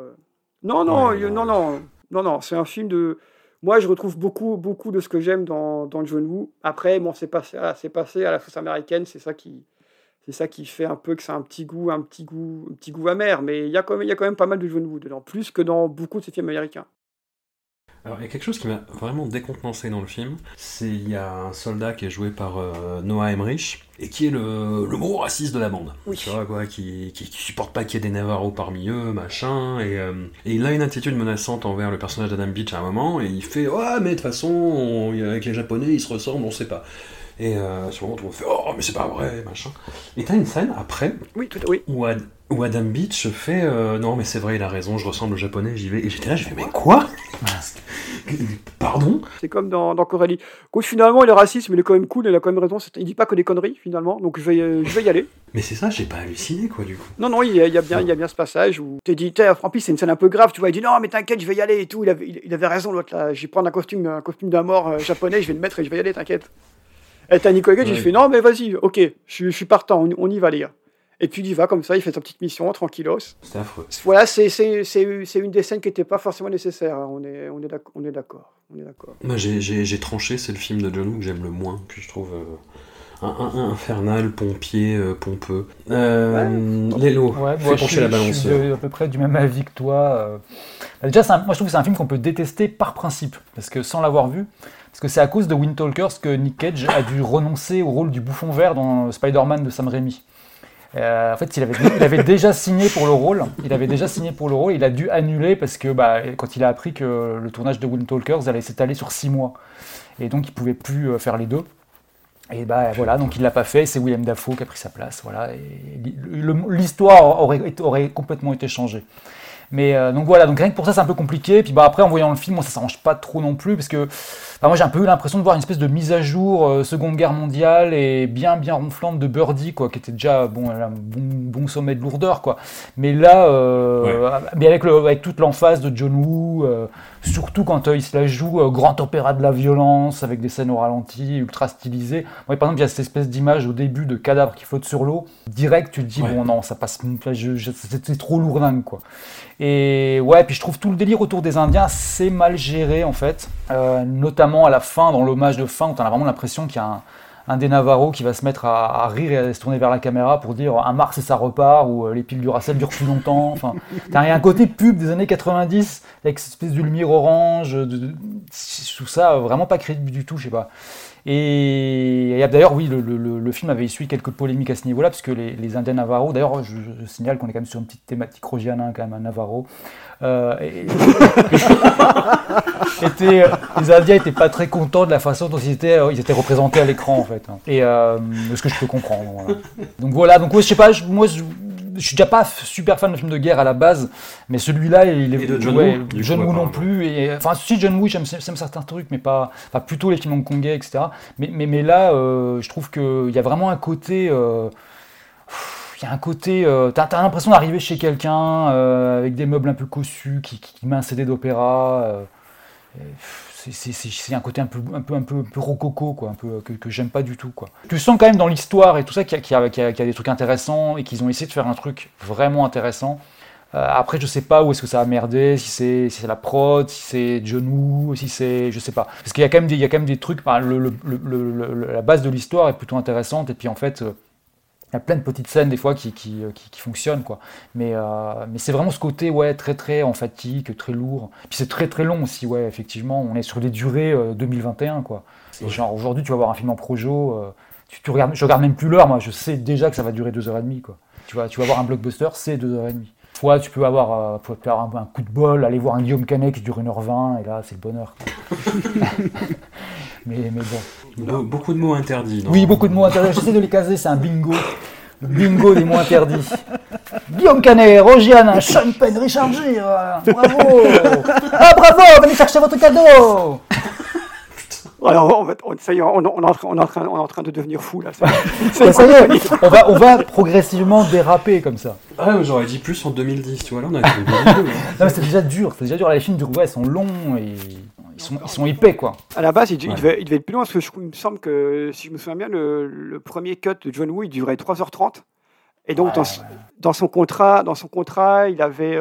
Non, c'est un film de. Moi, je retrouve beaucoup de ce que j'aime dans John Woo. Après, bon, c'est passé à la sauce américaine, c'est ça qui fait un peu que c'est un petit goût amer. Mais il y a quand même pas mal de John Woo dedans, plus que dans beaucoup de ces films américains. Alors, il y a quelque chose qui m'a vraiment décontenancé dans le film, il y a un soldat qui est joué par Noah Emmerich, et qui est le gros raciste de la bande. Oui. Tu vois, quoi, qui supporte pas qu'il y ait des Navarros parmi eux, machin, et il a une attitude menaçante envers le personnage d'Adam Beach à un moment, et il fait « Ouais, mais de toute façon, avec les Japonais, ils se ressemblent, on sait pas. » Et sur le moment, tout le monde fait « Oh, mais c'est pas vrai, machin. » Et t'as une scène, après, où Adam Beach fait non mais c'est vrai, il a raison, je ressemble au japonais, j'y vais. Et j'étais là, j'ai fait mais quoi ? Pardon ? C'est comme dans Coralie. Finalement il est raciste, mais il est quand même cool, il a quand même raison, il dit pas que des conneries finalement, donc je vais y aller. Mais c'est ça, j'ai pas halluciné quoi du coup. Non, il y a bien ce passage où t'es dit, en plus c'est une scène un peu grave, tu vois, il dit non mais t'inquiète, je vais y aller et tout, il avait raison l'autre là, je vais prendre un costume d'un mort japonais, je vais le mettre et je vais y aller, t'inquiète. Et t'as Nicolas Cage, il fait non mais vas-y, ok, je suis partant, on y va les gars. Et puis il y va comme ça, il fait sa petite mission, tranquillos. C'est affreux. Voilà, c'est une des scènes qui n'était pas forcément nécessaire, hein. On est d'accord. Moi j'ai tranché, c'est le film de John Woo que j'aime le moins, que je trouve infernal, pompier, pompeux. Lélo, fais pencher la balance. Je suis à peu près du même avis que toi. Déjà, moi je trouve que c'est un film qu'on peut détester par principe, parce que sans l'avoir vu, parce que c'est à cause de Wind Talkers que Nick Cage a dû renoncer au rôle du bouffon vert dans Spider-Man de Sam Raimi. En fait, il avait déjà signé pour le rôle. Il a dû annuler parce que quand il a appris que le tournage de Wind Talkers allait s'étaler sur 6 mois. Et donc, il ne pouvait plus faire les deux. Et voilà, donc il ne l'a pas fait. C'est Willem Dafoe qui a pris sa place. Voilà, et l'histoire aurait complètement été changée. Mais donc voilà, donc rien que pour ça c'est un peu compliqué. Puis après en voyant le film, moi ça s'arrange pas trop non plus parce que moi j'ai un peu eu l'impression de voir une espèce de mise à jour Seconde Guerre mondiale et bien ronflante de Birdie quoi, qui était déjà un bon sommet de lourdeur quoi. Mais là, mais avec toute l'emphase de John Woo, surtout quand il se la joue grand opéra de la violence, avec des scènes au ralenti, ultra stylisées. Moi, par exemple, il y a cette espèce d'image au début de cadavre qui flotte sur l'eau. Direct, tu te dis, bon non, ça passe, c'est trop lourdingue, quoi. Et ouais, puis je trouve tout le délire autour des Indiens assez mal géré, en fait. Notamment à la fin, dans l'hommage de fin, où t'as vraiment l'impression qu'il y a un des Navarros qui va se mettre à rire et à se tourner vers la caméra pour dire un Mars et ça repart, ou les piles Duracell durent plus longtemps. Enfin, t'as un côté pub des années 90 avec cette espèce de lumière orange, tout ça vraiment pas crédible du tout, je sais pas. Et d'ailleurs, oui, le film avait essuyé quelques polémiques à ce niveau-là, parce que les Indiens Navarros, d'ailleurs, je signale qu'on est quand même sur une petite thématique rogiana, quand même, un Navarro. Les Indiens n'étaient pas très contents de la façon dont ils étaient représentés à l'écran, en fait. Et ce que je peux comprendre. Voilà. Donc, ouais, je sais pas, moi, je suis déjà pas super fan de films de guerre à la base, mais celui-là, il est. Et de John Woo, John Woo non plus. Enfin, si, John Woo, j'aime certains trucs, mais pas. Enfin, plutôt les films hongkongais, etc. Mais là, je trouve qu'il y a vraiment un côté. Il y a un côté. T'as l'impression d'arriver chez quelqu'un avec des meubles un peu cossus, qui met un CD d'opéra. C'est un côté un peu rococo, quoi, un peu que j'aime pas du tout, quoi. Tu sens quand même dans l'histoire et tout ça qu'il y a des trucs intéressants et qu'ils ont essayé de faire un truc vraiment intéressant. Après, je sais pas où est-ce que ça a merdé, si c'est la prod, si c'est John Woo, si c'est, je sais pas, parce qu'il y a quand même des trucs. La base de l'histoire est plutôt intéressante et puis en fait. Il y a plein de petites scènes des fois qui fonctionnent, quoi. Mais c'est vraiment ce côté très très emphatique, très lourd. Puis c'est très très long aussi, ouais, effectivement. On est sur des durées 2021, quoi. C'est genre aujourd'hui tu vas voir un film en projo, je regarde même plus l'heure, moi. Je sais déjà que ça va durer 2h30, quoi. Tu vas voir un blockbuster, c'est 2h30. Fois tu peux avoir un coup de bol, aller voir un Guillaume Canet qui dure 1h20 et là c'est le bonheur, quoi. Mais bon. Beaucoup de mots interdits, non ? Oui, beaucoup de mots interdits. J'essaie de les caser, c'est un bingo. Le bingo des mots interdits. Guillaume Canet, Rogiane, Sean Penn, Richard Gere. Bravo. Ah, bravo, venez chercher votre cadeau. Alors, ça y est, on est en train de devenir fou, là. Ça y est, on va progressivement déraper comme ça. Ah, j'aurais dit plus en 2010, tu vois, là, on a non, mais c'est déjà dur. Les films sont longs et ils sont épais, quoi. À la base, il devait être plus long, parce que il me semble que, si je me souviens bien, le premier cut de John Woo, il durait 3h30. Et donc, dans son contrat, il avait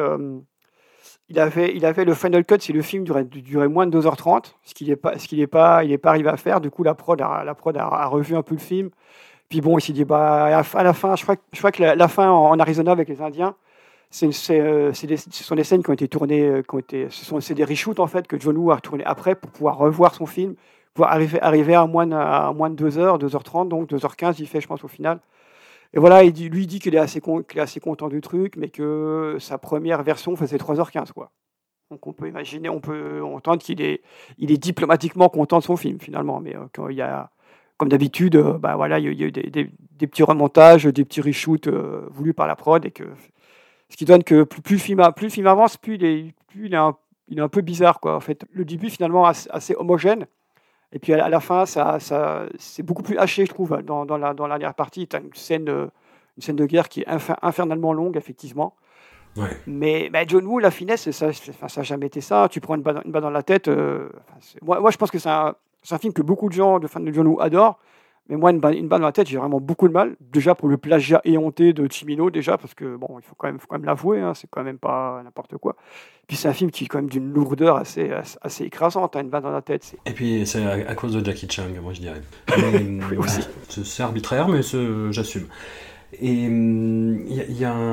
le final cut, si le film durait moins de 2h30, ce qu'il n'est pas arrivé à faire. Du coup, la prod a revu un peu le film. Puis bon, il s'est dit, à la fin, je crois que la fin en Arizona avec les Indiens, ce sont des scènes qui ont été tournées, c'est des reshoots en fait que John Woo a tourné après pour pouvoir revoir son film, pouvoir arriver à moins de 2h, 2h30, donc 2h15 il fait, je pense, au final. Et voilà, il dit qu'il est assez content du truc, mais que sa première version faisait 3h15, quoi. Donc on peut imaginer, on peut entendre qu'il est diplomatiquement content de son film finalement, mais quand il y a, comme d'habitude, il y a eu des petits remontages, des petits reshoots voulus par la prod, et que ce qui donne que plus le film avance, plus il est un peu bizarre, quoi. En fait, le début finalement assez homogène, et puis à la fin, ça c'est beaucoup plus haché, je trouve. Dans la dernière partie, tu as une scène de guerre qui est infernalement longue, effectivement. Ouais. Mais John Woo, la finesse, ça n'a jamais été ça. Tu prends une balle dans la tête. Moi, je pense que c'est un film que beaucoup de gens, de fans de John Woo, adorent. Mais moi, une balle dans la tête, j'ai vraiment beaucoup de mal. Déjà pour le plagiat éhonté de Cimino, parce que bon, il faut quand même l'avouer, hein, c'est quand même pas n'importe quoi. Puis c'est un film qui est quand même d'une lourdeur assez écrasante, une balle dans la tête. Et puis c'est à cause de Jackie Chan, moi je dirais. Oui, aussi. C'est arbitraire, mais j'assume. Et il y a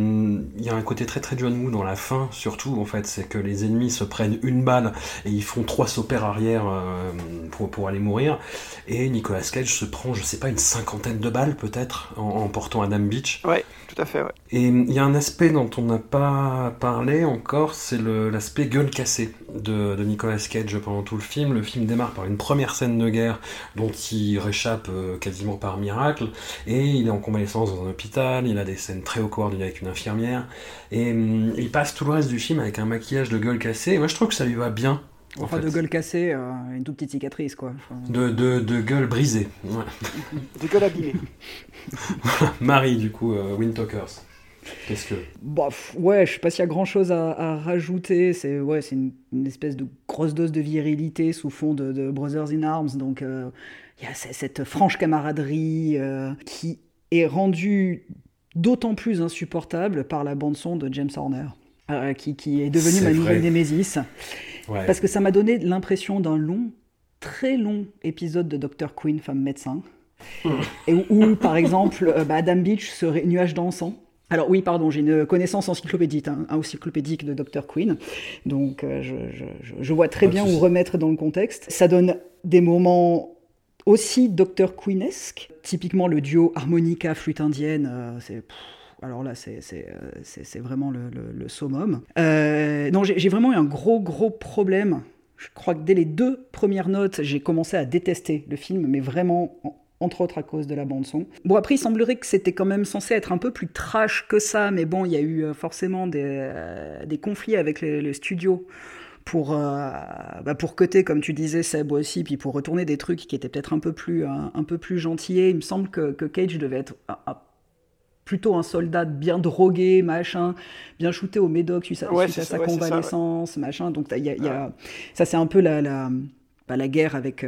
un côté très très John Woo dans la fin, surtout en fait, c'est que les ennemis se prennent une balle et ils font 3 saupères arrière pour aller mourir, et Nicolas Cage se prend, je sais pas, une 50aine de balles peut-être en portant Adam Beach. Ouais, tout à fait, ouais. Et il y a un aspect dont on n'a pas parlé encore, c'est l'aspect gueule cassée de Nicolas Cage pendant tout le film. Le film démarre par une première scène de guerre dont il réchappe quasiment par miracle, et il est en convalescence dans un hôpital, il a des scènes très haut coordonnées avec une infirmière, et il passe tout le reste du film avec un maquillage de gueule cassée, et moi je trouve que ça lui va bien. Enfin, de gueule cassée, une toute petite cicatrice, quoi. Enfin... De gueule brisée. Ouais. De gueule abîmée. Marie, du coup, Windtalkers. Qu'est-ce que... Ouais, je sais pas s'il y a grand-chose à rajouter. C'est une espèce de grosse dose de virilité sous fond de Brothers in Arms. Donc, il y a cette franche camaraderie qui est rendue d'autant plus insupportable par la bande-son de James Horner, qui est devenue ma nouvelle némésis. Ouais. Parce que ça m'a donné l'impression d'un très long épisode de Dr. Quinn, femme médecin. Et où, par exemple, Adam Beach serait nuage d'encens. Alors oui, pardon, j'ai une connaissance encyclopédique de Dr. Quinn, donc je vois très bien où remettre dans le contexte. Ça donne des moments aussi Dr. Quinn-esque, typiquement le duo harmonica flûte indienne, alors là c'est vraiment le summum. Non, j'ai vraiment eu un gros problème. Je crois que dès les 2 premières notes, j'ai commencé à détester le film, mais vraiment... entre autres à cause de la bande-son. Bon, après, il semblerait que c'était quand même censé être un peu plus trash que ça, mais bon, il y a eu forcément des conflits avec les studios pour cutter, comme tu disais, Seb aussi, puis pour retourner des trucs qui étaient peut-être un peu plus gentillés. Il me semble que Cage devait être plutôt un soldat bien drogué, machin, bien shooté au médoc suite à sa convalescence, machin. Donc, ça, c'est un peu la guerre avec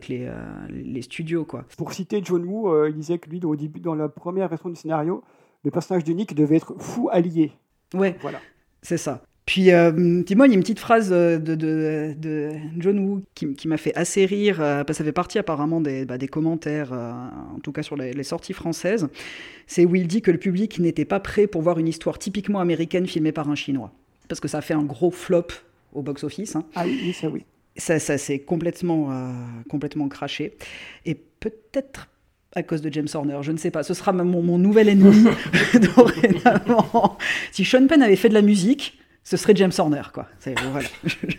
les studios, quoi. Pour citer John Woo, il disait que lui, au début, dans la première version du scénario, le personnage de Nick devait être fou allié. Ouais, voilà. C'est ça. Puis, dis-moi, il y a une petite phrase de John Woo qui m'a fait assez rire, parce que ça fait partie apparemment des commentaires, en tout cas sur les sorties françaises. C'est où il dit que le public n'était pas prêt pour voir une histoire typiquement américaine filmée par un Chinois. Parce que ça a fait un gros flop au box-office. Hein. Ah oui, ça oui. Ça s'est complètement craché. Et peut-être à cause de James Horner, je ne sais pas. Ce sera mon nouvel ennemi dorénavant. Si Sean Penn avait fait de la musique, ce serait James Horner, quoi. Voilà.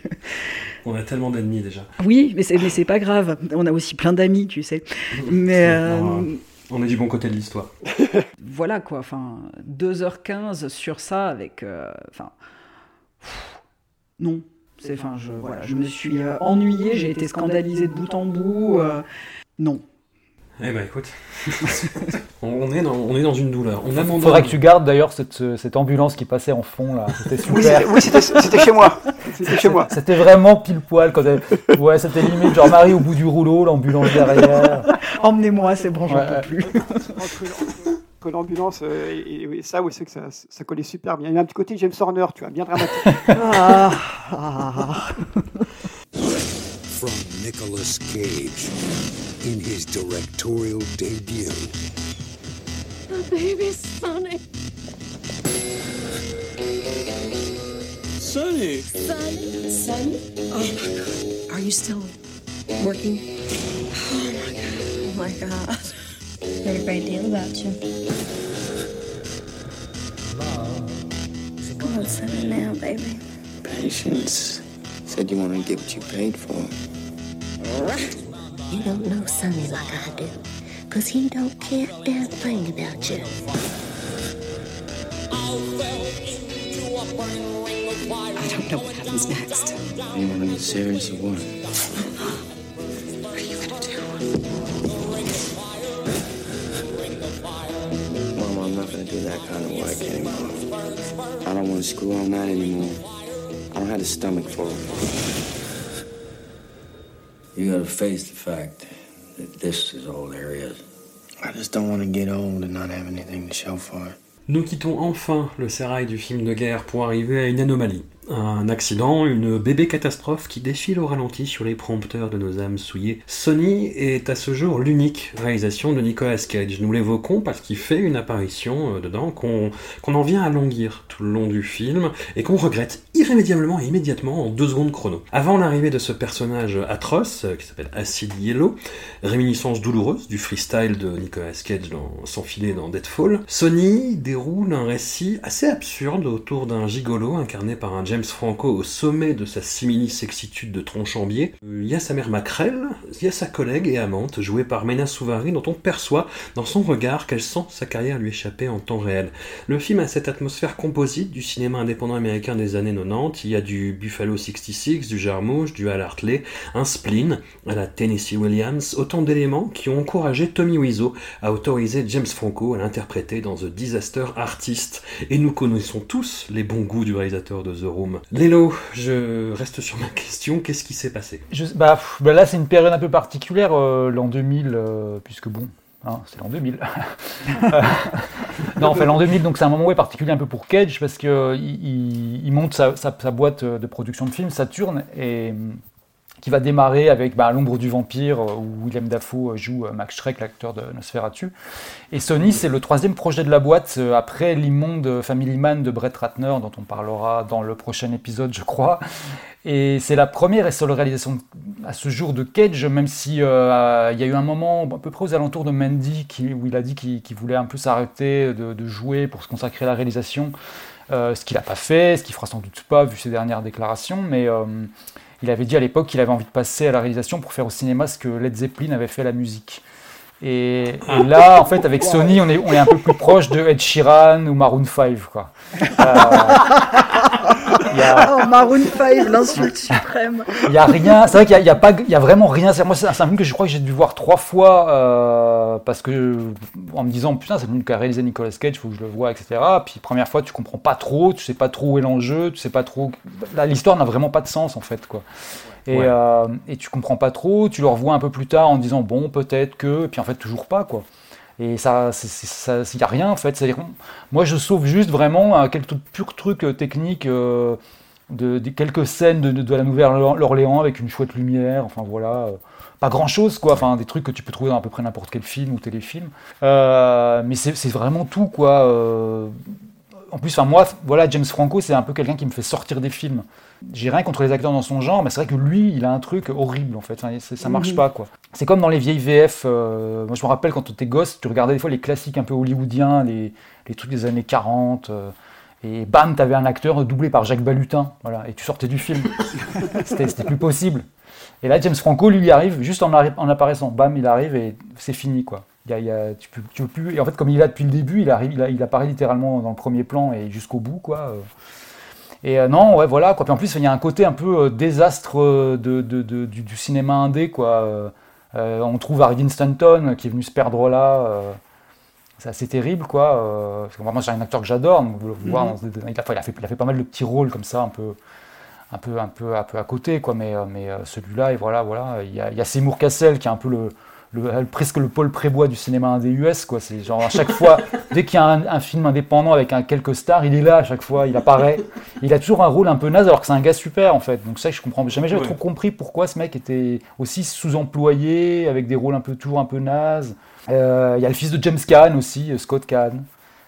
On a tellement d'ennemis déjà. Oui, mais c'est pas grave. On a aussi plein d'amis, tu sais. Mais on est du bon côté de l'histoire. Voilà, quoi. Enfin, 2h15 sur ça avec... non. Je me suis ennuyé, j'ai été scandalisé de bout en bout. Non. Eh ben écoute, on est dans une douleur. Il faudrait que tu gardes d'ailleurs cette ambulance qui passait en fond là. C'était super. Oui, c'était chez moi. C'était chez moi. C'était vraiment pile poil quand c'était limite genre Marie au bout du rouleau, l'ambulance derrière. Emmenez-moi, c'est bon, j'en peux plus. Entre l'ambulance et ça, oui, c'est que ça collait super bien. Il y a un petit côté James Horner, tu vois, bien dramatique. From Nicolas Cage in his directorial debut. My baby Sonny. Sonny! Sonny? Oh my God. Are you still working? Oh my God. Heard a great deal about you. Come on, Sonny, now, baby. Patience. Said you want to get what you paid for. You don't know Sonny like I do, 'cause he don't care a damn thing about you. I don't know what happens next. You want to get serious or what? What are you gonna do? Mama, I'm not going to do that kind of work anymore. I don't want to screw on that anymore. I don't have the stomach for it. You gotta face the fact that this is all there is. I just don't want to get old and not have anything to show for it. Nous quittons enfin le sérail du film de guerre pour arriver à une anomalie. Un accident, une bébé catastrophe qui défile au ralenti sur les prompteurs de nos âmes souillées. Sonny est à ce jour l'unique réalisation de Nicolas Cage. Nous l'évoquons parce qu'il fait une apparition dedans qu'on en vient à languir tout le long du film et qu'on regrette irrémédiablement et immédiatement en 2 secondes chrono. Avant l'arrivée de ce personnage atroce qui s'appelle Acid Yellow, réminiscence douloureuse du freestyle de Nicolas Cage sans filet dans Deadfall, Sonny déroule un récit assez absurde autour d'un gigolo incarné par un James Franco au sommet de sa simili-sexitude de tronchambier. Il y a sa mère Macrel, il y a sa collègue et amante, jouée par Mena Suvari, dont on perçoit dans son regard qu'elle sent sa carrière lui échapper en temps réel. Le film a cette atmosphère composite du cinéma indépendant américain des années 90, foisonnante. Il y a du Buffalo 66, du Jarmusch, du Al Hartley, un spleen à la Tennessee Williams, autant d'éléments qui ont encouragé Tommy Wiseau à autoriser James Franco à l'interpréter dans The Disaster Artist. Et nous connaissons tous les bons goûts du réalisateur de The Room. Lélo, je reste sur ma question, qu'est-ce qui s'est passé ? Là, c'est une période un peu particulière, l'an 2000, puisque bon... c'est l'an 2000. Non, l'an 2000, donc c'est un moment particulier un peu pour Cage, parce qu'il monte sa boîte de production de films, Saturn, et qui va démarrer avec L'ombre du vampire, où Willem Dafoe joue Max Schreck, l'acteur de Nosferatu. Et Sony, c'est le 3e projet de la boîte, après l'immonde Family Man de Brett Ratner, dont on parlera dans le prochain épisode, je crois. Et c'est la première et seule réalisation à ce jour de Cage, même si il y a eu un moment à peu près aux alentours de Mandy où il a dit qu'il voulait un peu s'arrêter de jouer pour se consacrer à la réalisation, ce qu'il n'a pas fait, ce qu'il fera sans doute pas vu ses dernières déclarations, mais il avait dit à l'époque qu'il avait envie de passer à la réalisation pour faire au cinéma ce que Led Zeppelin avait fait à la musique. Et là, en fait, avec Sony, on est un peu plus proche de Ed Sheeran ou Maroon 5, quoi. Maroon 5, l'insulte suprême. Il y a rien. C'est vrai qu'il y a vraiment rien. Moi, c'est un film que je crois que j'ai dû voir 3 fois parce que en me disant putain, c'est le film qu'a réalisé Nicolas Cage, faut que je le voie, etc. Puis première fois, tu comprends pas trop, tu sais pas trop où est l'enjeu, tu sais pas trop. Là, l'histoire n'a vraiment pas de sens en fait, quoi. Et tu comprends pas trop, tu le revois un peu plus tard en disant bon, peut-être que, et puis en fait toujours pas, quoi. Et ça, il n'y a rien en fait. C'est-à-dire, moi je sauve juste vraiment quelques purs trucs techniques, de quelques scènes de la Nouvelle-Orléans avec une chouette lumière, enfin voilà. Pas grand chose, quoi, enfin des trucs que tu peux trouver dans à peu près n'importe quel film ou téléfilm. Mais c'est vraiment tout, quoi. En plus, moi, voilà, James Franco, c'est un peu quelqu'un qui me fait sortir des films. J'ai rien contre les acteurs dans son genre, mais c'est vrai que lui, il a un truc horrible, en fait. Enfin, ça marche pas, quoi. C'est comme dans les vieilles VF. Moi, je me rappelle, quand tu étais gosse, tu regardais des fois les classiques un peu hollywoodiens, les trucs des années 40, et bam, t'avais un acteur doublé par Jacques Balutin, voilà, et tu sortais du film. C'était plus possible. Et là, James Franco, lui, il arrive, juste en apparaissant, bam, il arrive et c'est fini, quoi. Tu peux plus. Et en fait, comme il est là depuis le début, il apparaît littéralement dans le premier plan et jusqu'au bout, quoi. Et non, ouais, voilà, quoi. Puis en plus, il y a un côté un peu désastre du cinéma indé, quoi. On trouve Harvey Stanton qui est venu se perdre là. C'est assez terrible, quoi. Parce que vraiment, c'est un acteur que j'adore. Donc, voir, il a fait pas mal de petits rôles comme ça, un peu à côté, quoi. Mais celui-là, et voilà. Il y a Seymour Cassel qui est un peu presque le Paul Prébois du cinéma indé US, quoi. C'est genre à chaque fois, dès qu'il y a un film indépendant avec quelques stars, il est là à chaque fois, il apparaît. Il a toujours un rôle un peu naze alors que c'est un gars super, en fait. Donc ça, je comprends jamais trop compris pourquoi ce mec était aussi sous-employé avec des rôles toujours un peu nazes. Il y a le fils de James Caan aussi, Scott Caan.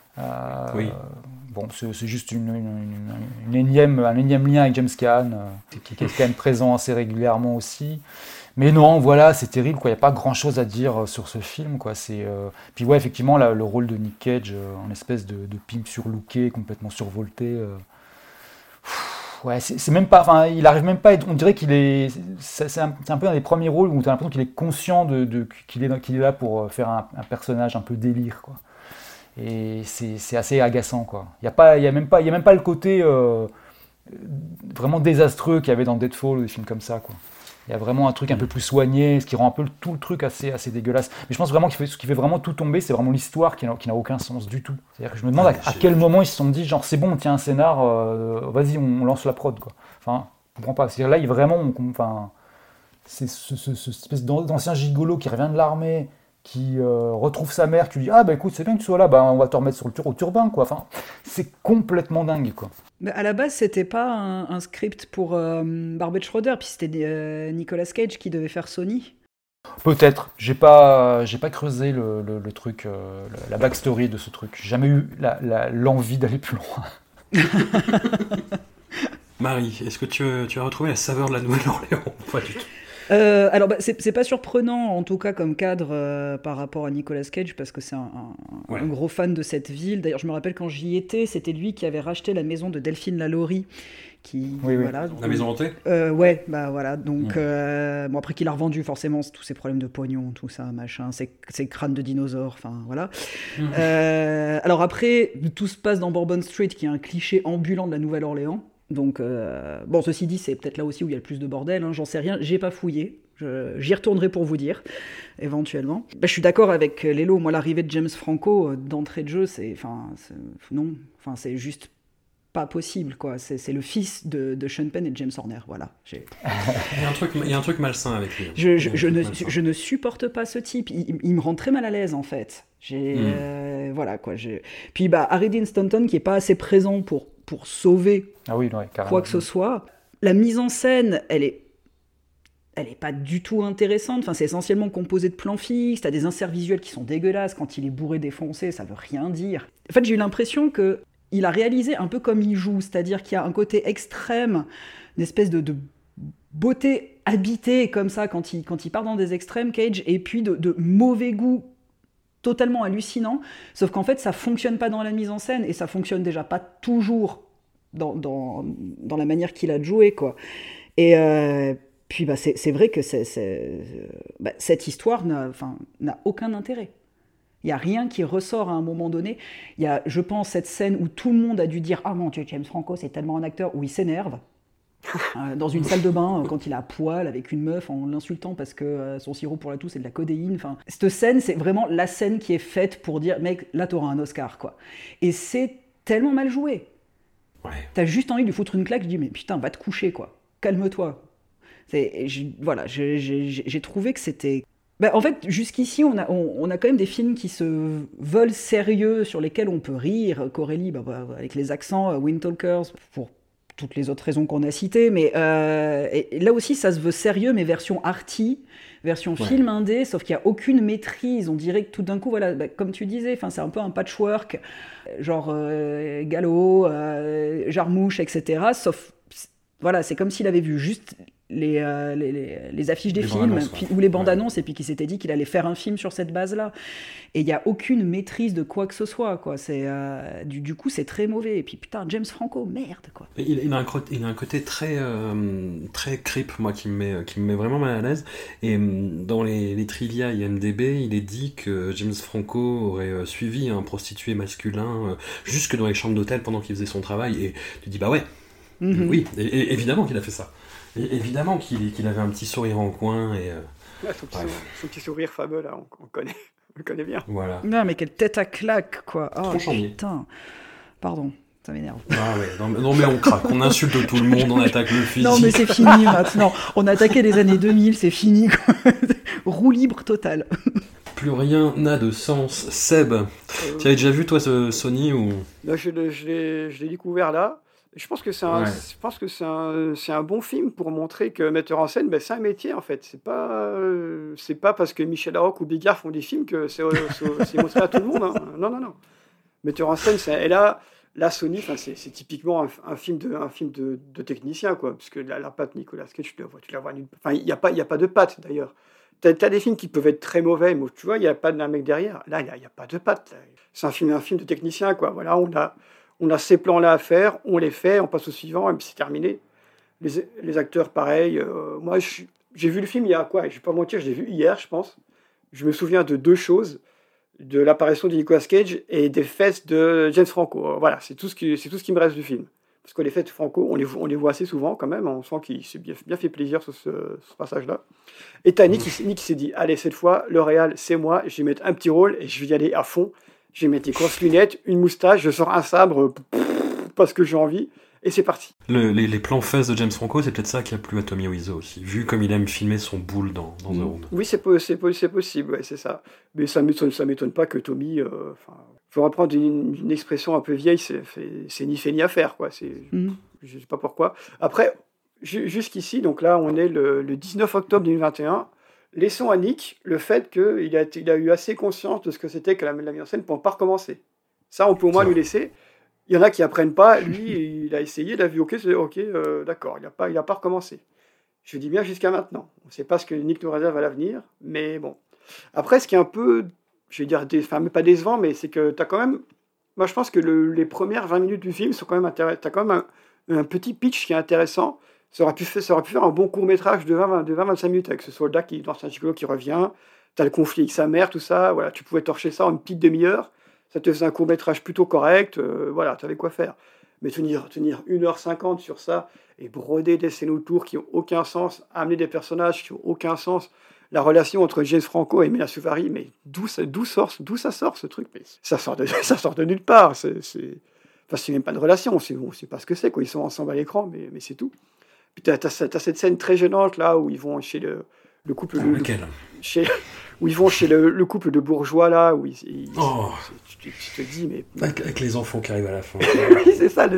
Bon, c'est juste un énième lien avec James Caan, qui est quand même présent assez régulièrement aussi. Mais non, voilà, c'est terrible, quoi. Il n'y a pas grand-chose à dire sur ce film, quoi. Puis ouais, effectivement, le rôle de Nick Cage, en espèce de pimp surlooké, complètement survolté. Ouais, c'est même pas... Enfin, il arrive même pas à être... On dirait qu'il est... C'est un peu un des premiers rôles où tu as l'impression qu'il est conscient qu'il est là pour faire un personnage un peu délire, quoi. Et c'est assez agaçant, quoi. Il y a même pas le côté vraiment désastreux qu'il y avait dans Deadfall ou des films comme ça, quoi. Il y a vraiment un truc un peu plus soigné, ce qui rend un peu tout le truc assez dégueulasse. Mais je pense vraiment ce qui fait vraiment tout tomber, c'est vraiment l'histoire qui n'a aucun sens du tout. C'est-à-dire que je me demande à quel moment ils se sont dit, genre, c'est bon, on tient un scénar, vas-y, on lance la prod, quoi. Enfin, je comprends pas. C'est-à-dire là, il vraiment... c'est cette espèce d'ancien gigolo qui revient de l'armée, qui retrouve sa mère, qui lui dit « Ah, bah écoute, c'est bien que tu sois là, bah, on va te remettre au turbin, quoi. » Enfin, c'est complètement dingue, quoi. Mais à la base, c'était pas un script pour Barbet Schroeder, puis c'était Nicolas Cage qui devait faire Sony. Peut-être. J'ai pas creusé le truc, la backstory de ce truc. J'ai jamais eu l'envie d'aller plus loin. Marie, est-ce que tu as retrouvé la saveur de la Nouvelle-Orléans? Pas du tout. Alors, c'est pas surprenant, en tout cas, comme cadre par rapport à Nicolas Cage, parce que c'est un gros fan de cette ville. D'ailleurs, je me rappelle quand j'y étais, c'était lui qui avait racheté la maison de Delphine Lalaurie. Voilà, la maison hantée. Ouais, bah voilà. Donc, bon, après qu'il a revendu, forcément, tous ces problèmes de pognon, tout ça, machin, ces crânes de dinosaures, enfin, voilà. Alors après, tout se passe dans Bourbon Street, qui est un cliché ambulant de la Nouvelle-Orléans. Donc, bon, ceci dit, c'est peut-être là aussi où il y a le plus de bordel, hein, j'en sais rien, j'ai pas fouillé. J'y retournerai pour vous dire, éventuellement. Je suis d'accord avec Lélo, moi l'arrivée de James Franco d'entrée de jeu, c'est juste pas possible, quoi. C'est le fils de Sean Penn et de James Horner, voilà. Il y a un truc malsain avec lui. Je ne supporte pas ce type, il me rend très mal à l'aise en fait. Voilà quoi. Puis Harry Dean Stanton qui est pas assez présent pour sauver quoi que ce soit. La mise en scène, elle est pas du tout intéressante. Enfin, c'est essentiellement composé de plans fixes. T'as des inserts visuels qui sont dégueulasses. Quand il est bourré, défoncé, ça veut rien dire. En fait, j'ai eu l'impression que il a réalisé un peu comme il joue, c'est-à-dire qu'il y a un côté extrême, une espèce de beauté habitée comme ça quand il part dans des extrêmes, Cage, et puis de mauvais goût totalement hallucinant, sauf qu'en fait ça fonctionne pas dans la mise en scène, et ça fonctionne déjà pas toujours dans la manière qu'il a de jouer, quoi. Et puis c'est vrai que cette histoire n'a aucun intérêt. Il n'y a rien qui ressort à un moment donné. Il y a, je pense, cette scène où tout le monde a dû dire « Ah mon Dieu, James Franco, c'est tellement un acteur » où il s'énerve dans une salle de bain quand il est à poil avec une meuf en l'insultant parce que son sirop pour la toux c'est de la codéine. Enfin, cette scène, c'est vraiment la scène qui est faite pour dire « Mec, là t'auras un Oscar, quoi ». Et c'est tellement mal joué. Ouais. T'as juste envie de lui foutre une claque, je dis « Mais putain, va te coucher, quoi. Calme-toi ». Voilà, j'ai trouvé que c'était... En fait, jusqu'ici, on a quand même des films qui se veulent sérieux, sur lesquels on peut rire. Corelli, avec les accents, Windtalkers, pour toutes les autres raisons qu'on a citées. Mais et là aussi, ça se veut sérieux, mais version arty, version film indé, sauf qu'il n'y a aucune maîtrise. On dirait que tout d'un coup, voilà, comme tu disais, c'est un peu un patchwork, genre Gallo, Jarmouche, etc. Sauf, voilà, c'est comme s'il avait vu juste... les affiches des films ou les bandes annonces, et puis qu'il s'était dit qu'il allait faire un film sur cette base-là. Et il n'y a aucune maîtrise de quoi que ce soit, quoi. Du coup, c'est très mauvais. Et puis, putain, James Franco, merde, quoi. Il a un côté très creep, moi, qui me met vraiment mal à l'aise. Et dans les trivia IMDb, il est dit que James Franco aurait suivi un prostitué masculin jusque dans les chambres d'hôtel pendant qu'il faisait son travail. Et tu dis, oui, et évidemment qu'il a fait ça. Et évidemment qu'il avait un petit sourire en coin et son petit sourire fameux là, on connaît bien. Voilà. Non mais quelle tête à claque, quoi. Oh Tronchonnier. Putain. Pardon, ça m'énerve. Ah ouais, non mais on craque, on insulte tout le monde, on attaque le physique. Non mais c'est fini maintenant. On a attaqué les années 2000, c'est fini, quoi. Roue libre totale. Plus rien n'a de sens. Seb, tu avais déjà vu toi ce Sony ou... Là, je l'ai découvert là. Je pense que c'est un bon film pour montrer que metteur en scène, c'est un métier en fait. C'est pas parce que Michel Larocque ou Bigard font des films que c'est montré à tout le monde. Hein. Non. Metteur en scène, et là Sony, c'est typiquement un film de technicien, quoi. Parce que la patte Nicolas Cage, tu la vois nulle. Enfin, il y a pas de patte d'ailleurs. T'as des films qui peuvent être très mauvais, mais tu vois, il y a pas d'un mec derrière. Là, il y a pas de patte. C'est un film de technicien, quoi. Voilà, on a ces plans-là à faire, on les fait, on passe au suivant, et puis c'est terminé. Les acteurs, pareil. Moi, j'ai vu le film il y a quoi ? Je vais pas mentir, je l'ai vu hier, je pense. Je me souviens de deux choses, de l'apparition de Nicolas Cage et des fesses de James Franco. Voilà, c'est tout ce qui me reste du film. Parce que les fesses de Franco, on les voit assez souvent quand même. On sent qu'il s'est bien fait plaisir sur ce passage-là. Et t'as Nick qui s'est dit, allez, cette fois, le réal, c'est moi, je vais mettre un petit rôle et je vais y aller à fond. Je vais mettre des grosses lunettes, une moustache, je sors un sabre parce que j'ai envie, et c'est parti. Les plans fesses de James Franco, c'est peut-être ça qui a plu à Tommy Wiseau aussi, vu comme il aime filmer son boule dans The Room. Oui, c'est possible, ouais, c'est ça. Mais ça m'étonne pas que Tommy... faut reprendre une expression un peu vieille, c'est ni fait ni à faire, quoi. Je sais pas pourquoi. Après, jusqu'ici, donc là, on est le 19 octobre 2021... Laissons à Nick le fait qu'il a eu assez conscience de ce que c'était que la mise en scène pour ne pas recommencer. Ça, on peut au moins lui laisser. Il y en a qui n'apprennent pas. Lui, il a essayé, il a vu, ok, d'accord, il n'a pas recommencé. Je dis bien jusqu'à maintenant. On ne sait pas ce que Nick nous réserve à l'avenir, mais bon. Après, ce qui est un peu, je vais dire, mais pas décevant, mais c'est que tu as quand même... Moi, je pense que les premières 20 minutes du film sont quand même intéressantes. Tu as quand même un petit pitch qui est intéressant. Ça aurait pu faire un bon court-métrage de 20-25 minutes avec ce soldat qui, dans un gigolo qui revient. T'as le conflit avec sa mère, tout ça. Voilà, tu pouvais torcher ça en une petite demi-heure. Ça te faisait un court-métrage plutôt correct. Voilà, t'avais quoi faire. Mais tenir 1h50 sur ça et broder des scènes autour qui n'ont aucun sens, amener des personnages qui n'ont aucun sens, la relation entre James Franco et Mena Suvari, mais d'où ça sort ce truc? Mais ça sort de nulle part. C'est même pas de relation, on sait pas ce que c'est, quoi. Ils sont ensemble à l'écran, mais c'est tout. Puis t'as cette scène très gênante là où ils vont chez le couple où ils vont chez le couple de bourgeois là où tu te dis mais avec les enfants qui arrivent à la fin. Oui, c'est ça,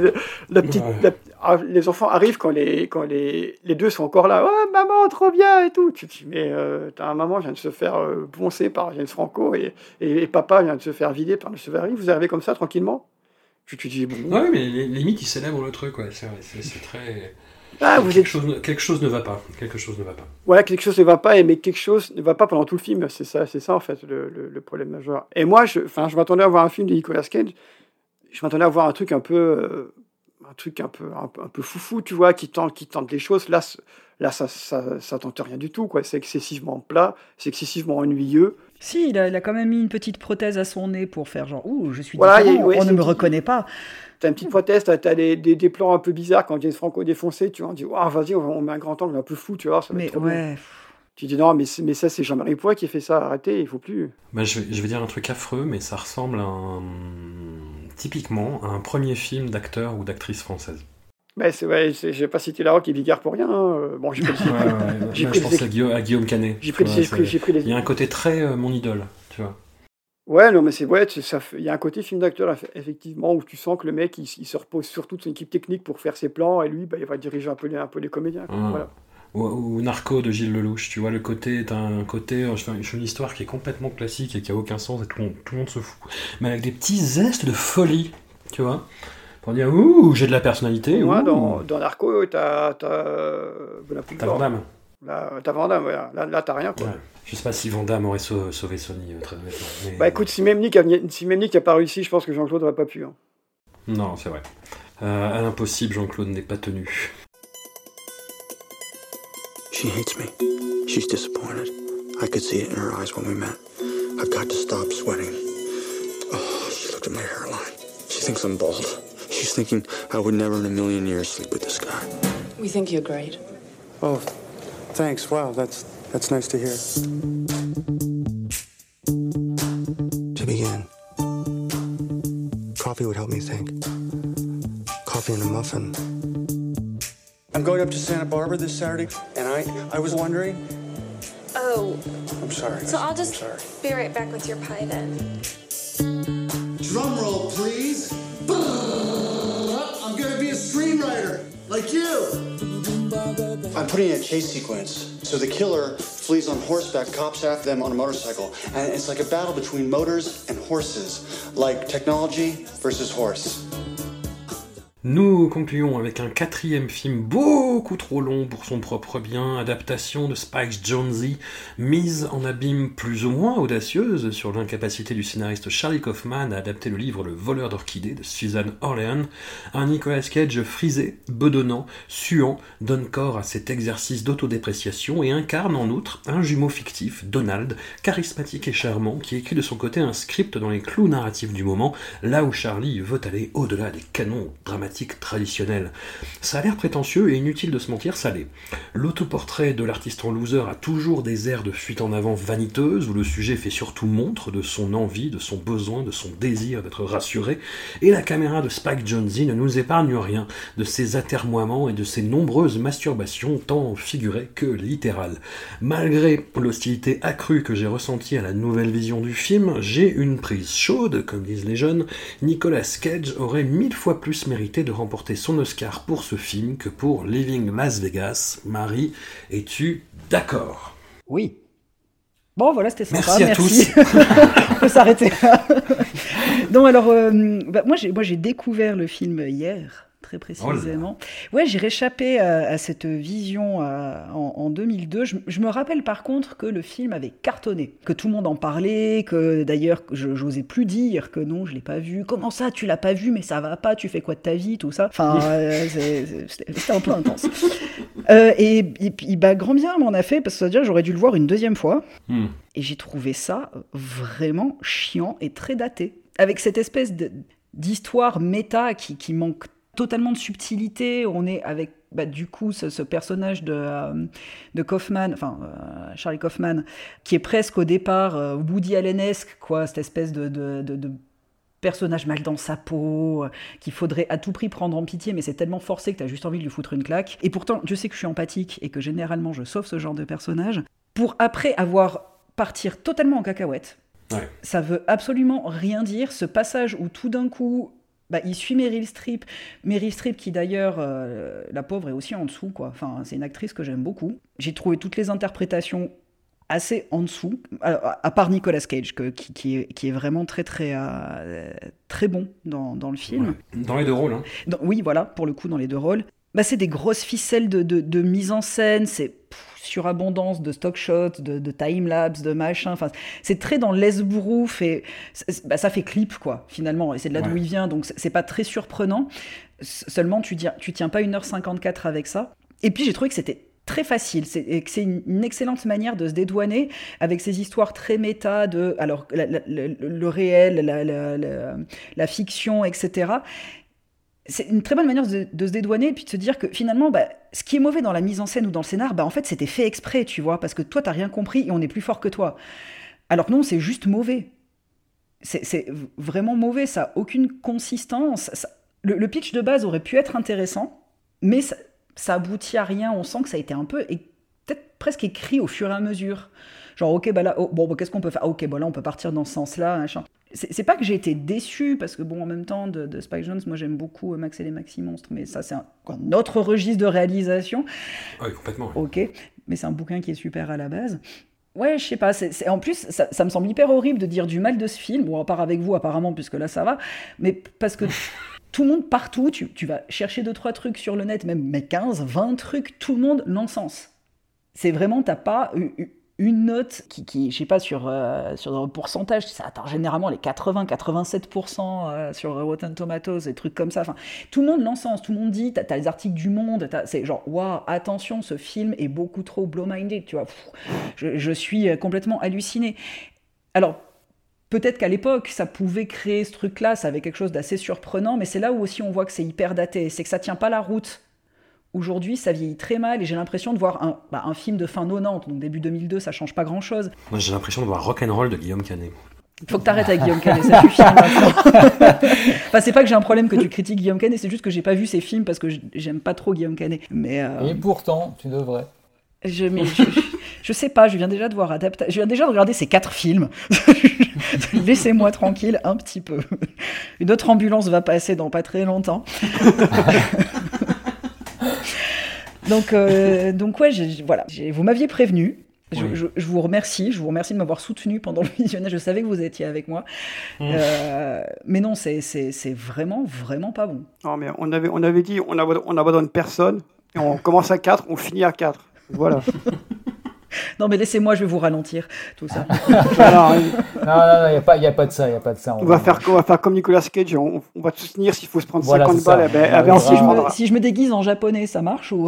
les enfants arrivent quand les deux sont encore là. Oh maman, trop bien et tout. Tu te dis mais t'as un maman vient de se faire poncer par James Franco et papa vient de se faire vider par le Suvari. Vous arrivez comme ça tranquillement. Tu te dis bon. Ouais, mais limite ils célèbrent le truc, ouais. C'est très. Quelque chose ne va pas. Voilà, quelque chose ne va pas, mais quelque chose ne va pas pendant tout le film. C'est ça en fait le problème majeur. Et moi, je m'attendais à voir un film de Nicolas Cage. Je m'attendais à voir un truc un peu foufou, tu vois, qui tente des choses. Là, ça tente rien du tout, quoi. C'est excessivement plat, c'est excessivement ennuyeux. Si, il a quand même mis une petite prothèse à son nez pour faire genre, ouh, je suis différent, on ne me reconnaît pas. T'as une petite prothèse, t'as des plans un peu bizarres quand James Franco est défoncé, tu vois, on dit, oh, vas-y, on met un grand angle un peu fou, tu vois, ça va être trop bien. Tu dis, non, mais ça, c'est Jean-Marie Poix qui a fait ça, arrêtez, il faut plus. Bah, je vais dire un truc affreux, mais ça ressemble typiquement à un premier film d'acteur ou d'actrice française. Bah, j'ai pas cité Larocque et Bigard pour rien. Bon, j'ai pris je pense à Guillaume Canet. Il y a un côté très mon idole, tu vois. Ouais, non, mais il y a un côté film d'acteur, effectivement, où tu sens que le mec, il se repose sur toute son équipe technique pour faire ses plans, et lui, il va diriger un peu les comédiens. Voilà. Ou Narco de Gilles Lelouch, tu vois, t'as un côté, une histoire qui est complètement classique et qui a aucun sens, et tout le monde se fout. Mais avec des petits zestes de folie, tu vois, pour dire, ouh, j'ai de la personnalité. Ouais, dans Narco, t'as Van Damme. Là, t'as Van Damme, voilà. Là, t'as rien, quoi. Ouais. Je sais pas si Van Damme aurait sauvé Sony, très honnêtement. Mais... Bah écoute, si Memnik a pas réussi, je pense que Jean-Claude n'aurait pas pu. Hein. Non, c'est vrai. À l'impossible, Jean-Claude n'est pas tenu. She hates me. She's disappointed. I could see it in her eyes when we met. I've got to stop sweating. Oh, she looked at my hairline. She thinks I'm bald. She's thinking I would never in a million years sleep with this guy. We think you're great. Oh, thanks. Wow, that's nice to hear. To begin, coffee would help me think. Coffee and a muffin. I'm going up to Santa Barbara this Saturday, and I was wondering... Oh. I'm sorry. So I'll just be right back with your pie then. Drum roll, please. I'm gonna be a screenwriter, like you. I'm putting in a chase sequence. So the killer flees on horseback, cops after them on a motorcycle. And it's like a battle between motors and horses. Like technology versus horse. Nous concluons avec un 4e film beaucoup trop long pour son propre bien, adaptation de Spike Jonze, mise en abîme plus ou moins audacieuse sur l'incapacité du scénariste Charlie Kaufman à adapter le livre Le voleur d'orchidées de Susan Orlean. Un Nicolas Cage frisé, bedonnant, suant, donne corps à cet exercice d'autodépréciation et incarne en outre un jumeau fictif, Donald, charismatique et charmant, qui écrit de son côté un script dans les clous narratifs du moment, là où Charlie veut aller au-delà des canons dramatiques traditionnel. Ça a l'air prétentieux et inutile de se mentir, ça l'est. L'autoportrait de l'artiste en loser a toujours des airs de fuite en avant vaniteuse, où le sujet fait surtout montre de son envie, de son besoin, de son désir d'être rassuré, et la caméra de Spike Jonze ne nous épargne rien de ses atermoiements et de ses nombreuses masturbations, tant figurées que littérales. Malgré l'hostilité accrue que j'ai ressentie à la nouvelle vision du film, j'ai une prise chaude, comme disent les jeunes. Nicolas Cage aurait 1000 fois plus mérité de remporter son Oscar pour ce film que pour Leaving Las Vegas. Marie, es-tu d'accord? Oui. Bon, voilà, c'était sympa. Merci à tous. On peut s'arrêter là. Donc, alors, moi, j'ai découvert le film hier, très précisément. Ouais, j'ai réchappé à cette vision en 2002. Je me rappelle par contre que le film avait cartonné, que tout le monde en parlait, que d'ailleurs j'osais plus dire que non, je l'ai pas vu. Comment ça, tu l'as pas vu, mais ça va pas, tu fais quoi de ta vie, tout ça. Enfin, c'était un peu intense. Et puis, grand bien m'en a fait, parce que ça veut dire que j'aurais dû le voir une deuxième fois. Et j'ai trouvé ça vraiment chiant et très daté. Avec cette espèce d'histoire méta qui manque totalement de subtilité. On est avec du coup ce personnage de Kaufman, Charlie Kaufman, qui est presque au départ Woody Allen-esque, quoi, cette espèce de personnage mal dans sa peau, qu'il faudrait à tout prix prendre en pitié, mais c'est tellement forcé que t'as juste envie de lui foutre une claque. Et pourtant, je sais que je suis empathique et que généralement je sauve ce genre de personnage, pour après partir totalement en cacahuète. Ouais. Ça veut absolument rien dire. Ce passage où tout d'un coup, il suit Meryl Streep qui d'ailleurs, la pauvre est aussi en dessous, quoi. Enfin, c'est une actrice que j'aime beaucoup. J'ai trouvé toutes les interprétations assez en dessous, à part Nicolas Cage, qui est vraiment très très très bon dans le film. Ouais. Dans les deux rôles. Hein. Oui, voilà, pour le coup, dans les deux rôles. C'est des grosses ficelles de mise en scène, c'est surabondance de stock shots, de time-lapse, de machin. Enfin, c'est très dans l'esbrouf et ça fait clip, quoi, finalement. Et c'est de là d'où il vient, donc c'est pas très surprenant. Seulement, tu tiens pas 1h54 avec ça. Et puis, j'ai trouvé que c'était très facile, que c'est une excellente manière de se dédouaner avec ces histoires très méta de le réel, la fiction, etc. C'est une très bonne manière de se dédouaner et puis de se dire que finalement, ce qui est mauvais dans la mise en scène ou dans le scénar, en fait, c'était fait exprès, tu vois, parce que toi, t'as rien compris et on est plus fort que toi. Alors que non, c'est juste mauvais. C'est vraiment mauvais, ça n'a aucune consistance. Le pitch de base aurait pu être intéressant, mais ça aboutit à rien. On sent que ça a été un peu, peut-être presque écrit au fur et à mesure. Genre, ok, là, qu'est-ce qu'on peut faire ? Ok, là, on peut partir dans ce sens-là, machin. C'est pas que j'ai été déçue, parce que en même temps, de Spike Jonze, moi j'aime beaucoup Max et les Maxi Monstres, mais ça c'est un autre registre de réalisation. Oui, complètement. Ok, mais c'est un bouquin qui est super à la base. Ouais, je sais pas, en plus, ça me semble hyper horrible de dire du mal de ce film, bon, à part avec vous apparemment, puisque là ça va, mais parce que tout le monde partout, tu vas chercher 2-3 trucs sur le net, même 15, 20 trucs, tout le monde l'encense. C'est vraiment, t'as pas une note qui je sais pas, sur un pourcentage, ça atteint généralement les 80-87% sur Rotten Tomatoes, des trucs comme ça. Enfin, tout le monde l'encense, tout le monde dit, t'as les articles du Monde, c'est genre, waouh, attention, ce film est beaucoup trop blow-minded, tu vois. Je suis complètement halluciné. Alors, peut-être qu'à l'époque, ça pouvait créer ce truc-là, ça avait quelque chose d'assez surprenant, mais c'est là où aussi on voit que c'est hyper daté, c'est que ça tient pas la route. Aujourd'hui, ça vieillit très mal et j'ai l'impression de voir un film de fin 90, donc début 2002, ça change pas grand-chose. Moi, j'ai l'impression de voir Rock'n'Roll de Guillaume Canet. Faut que t'arrêtes avec Guillaume Canet, ça suffit maintenant. Enfin, c'est pas que j'ai un problème que tu critiques Guillaume Canet, c'est juste que j'ai pas vu ses films parce que j'aime pas trop Guillaume Canet. Mais Et pourtant, tu devrais. Je sais pas, je viens déjà de voir je viens déjà de regarder ces 4 films. Laissez-moi tranquille un petit peu. Une autre ambulance va passer dans pas très longtemps. Donc ouais, voilà. Vous m'aviez prévenu. Je vous remercie. Je vous remercie de m'avoir soutenu pendant le visionnage. Je savais que vous étiez avec moi. Mais non, c'est vraiment, vraiment pas bon. Non, mais on avait dit on abandonne personne. Et on commence à 4, on finit à 4. Voilà. Non, mais laissez-moi, je vais vous ralentir, tout ça. Non, il n'y a pas de ça. On va faire comme Nicolas Cage, on va te soutenir s'il faut se prendre 50 balles. Si je me déguise en japonais, ça marche ou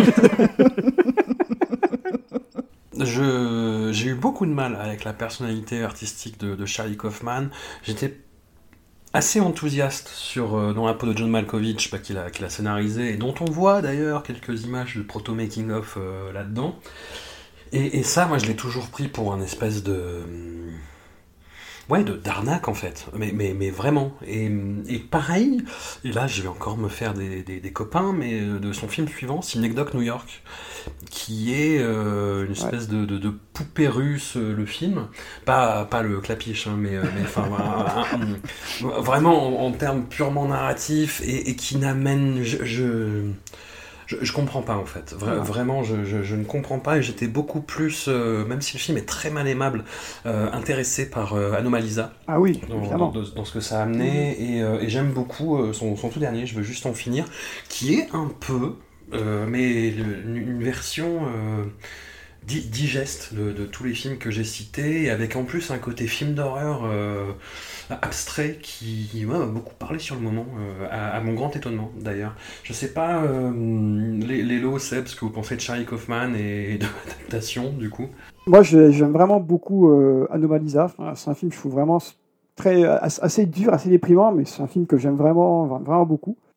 J'ai eu beaucoup de mal avec la personnalité artistique de Charlie Kaufman. J'étais assez enthousiaste dans la peau de John Malkovich, qu'il a scénarisé, et dont on voit d'ailleurs quelques images de proto-making-of là-dedans. Et ça, moi, je l'ai toujours pris pour un espèce d'arnaque, en fait. Mais vraiment. Et pareil, et là, je vais encore me faire des copains, mais de son film suivant, Synecdoche New York, qui est une espèce de poupée russe, le film. Pas le clapiche, hein, mais enfin, vraiment en termes purement narratifs, et qui n'amène... Je comprends pas, en fait. Vraiment, je ne comprends pas, et j'étais beaucoup plus, même si le film est très mal aimable, intéressé par Anomalisa. Ah oui, dans ce que ça a amené, et j'aime beaucoup son tout dernier, je veux juste en finir, qui est un peu, mais une version digeste de tous les films que j'ai cités, et avec en plus un côté film d'horreur abstrait qui m'a beaucoup parlé sur le moment, à mon grand étonnement d'ailleurs. Je sais pas, Lélo, Seb, ce que vous pensez de Charlie Kaufman et de l'adaptation du coup. Moi j'aime vraiment beaucoup Anomalisa, c'est un film que je trouve vraiment assez dur, assez déprimant, mais c'est un film que j'aime vraiment, vraiment beaucoup,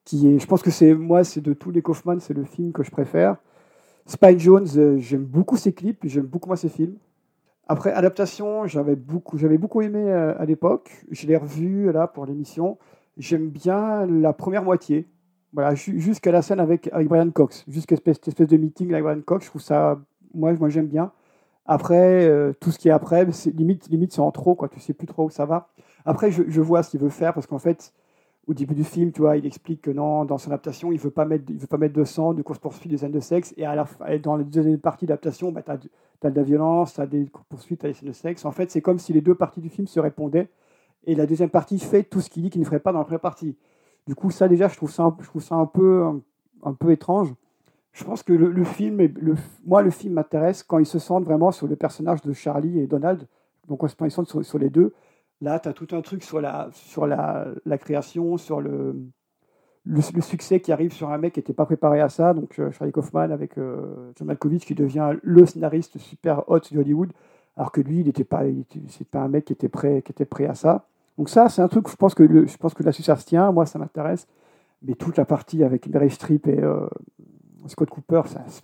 je pense que c'est de tous les Kaufman, c'est le film que je préfère. Spike Jonze, j'aime beaucoup ses clips, j'aime beaucoup moins ses films. Après, adaptation, j'avais beaucoup aimé à l'époque. Je l'ai revu là pour l'émission. J'aime bien la première moitié. Voilà, jusqu'à la scène avec Brian Cox, jusqu'à cette espèce de meeting avec Brian Cox, je trouve ça, moi j'aime bien. Après, tout ce qui est après, c'est limite c'est en trop, quoi. Tu sais plus trop où ça va. Après, je vois ce qu'il veut faire parce qu'en fait, au début du film, tu vois, il explique que non, dans son adaptation, il veut pas mettre de sang, de course-poursuite, des scènes de sexe. Et dans la deuxième partie d'adaptation, bah, t'as de la violence, t'as des courses-poursuites, t'as des scènes de sexe. En fait, c'est comme si les deux parties du film se répondaient. Et la deuxième partie fait tout ce qu'il dit qu'il ne ferait pas dans la première partie. Du coup, ça déjà, je trouve ça un peu étrange. Je pense que le film m'intéresse quand ils se centrent vraiment sur le personnage de Charlie et Donald. Donc, quand ils sont sur les deux, là, tu as tout un truc sur la création, sur le succès qui arrive sur un mec qui n'était pas préparé à ça. Donc, Charlie Kaufman avec John Malkovich qui devient le scénariste super hot de Hollywood, alors que lui, c'est pas un mec qui était prêt à ça. Donc ça, c'est un truc, je pense que là, ça se tient. Moi, ça m'intéresse. Mais toute la partie avec Meryl Streep et Scott Cooper,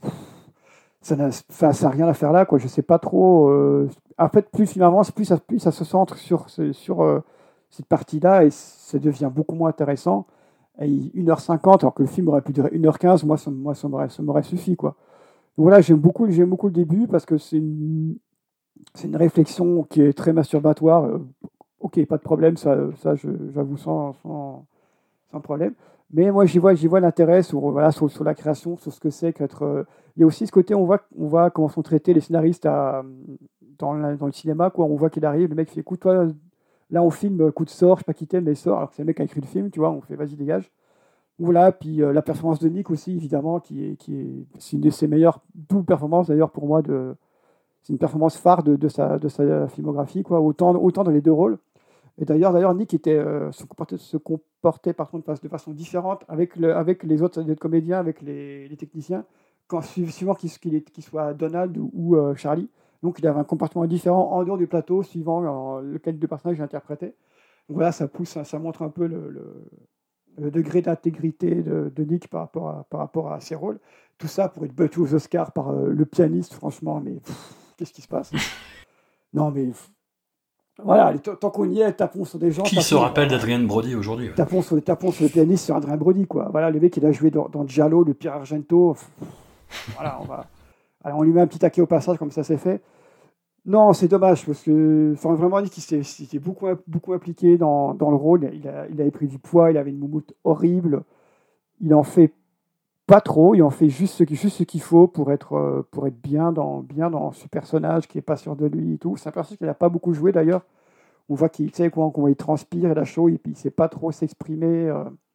ça n'a rien à faire là, quoi. Je sais pas trop. En fait, plus le film avance, plus ça se centre sur cette partie-là et ça devient beaucoup moins intéressant. Et 1h50, alors que le film aurait pu durer 1h15, moi, ça m'aurait suffi, quoi. Donc voilà, j'aime beaucoup le début parce que c'est une réflexion qui est très masturbatoire. Ok, pas de problème, ça j'avoue sans problème. Mais moi, j'y vois l'intérêt sur la création, sur ce que c'est qu'être. Il y a aussi ce côté, on voit comment sont traités les scénaristes dans le cinéma, quoi. On voit qu'il arrive, le mec fait écoute, toi, là on filme, coup de sort, je sais pas qui t'aime, mais sort, alors que c'est le mec qui a écrit le film, tu vois, on fait vas-y, dégage. Voilà, puis la performance de Nick aussi, évidemment, c'est une de ses meilleures doubles performances d'ailleurs pour moi. C'est une performance phare de sa filmographie, quoi, autant dans les deux rôles. Et d'ailleurs, Nick se comportait par contre de façon différente avec les autres comédiens, avec les techniciens, suivant qu'il soit Donald ou Charlie. Donc il avait un comportement différent en dehors du plateau, suivant lequel de personnage il interprétait. Donc voilà, ça montre un peu le degré d'intégrité de Nick par rapport à ses rôles. Tout ça pour être battu aux Oscars par le pianiste, franchement, mais qu'est-ce qui se passe? Non, mais voilà, tant qu'on y est, tapons sur des gens. Qui se rappelle d'Adrien Brody aujourd'hui? Tapons sur le pianiste, sur Adrien Brody, quoi. Voilà, le mec, il a joué dans Giallo, le Pierre Argento. Voilà, on lui met un petit taquet au passage, comme ça c'est fait. Non, c'est dommage, parce que vraiment, Nick, il s'était beaucoup impliqué dans le rôle. Il avait pris du poids, il avait une moumoute horrible. Il en fait pas trop, il en fait juste ce qu'il faut pour être bien dans ce personnage qui est pas sûr de lui et tout. C'est un personnage qu'il n'a pas beaucoup joué d'ailleurs. On voit qu'il sait comment il transpire, il a chaud et puis il sait pas trop s'exprimer.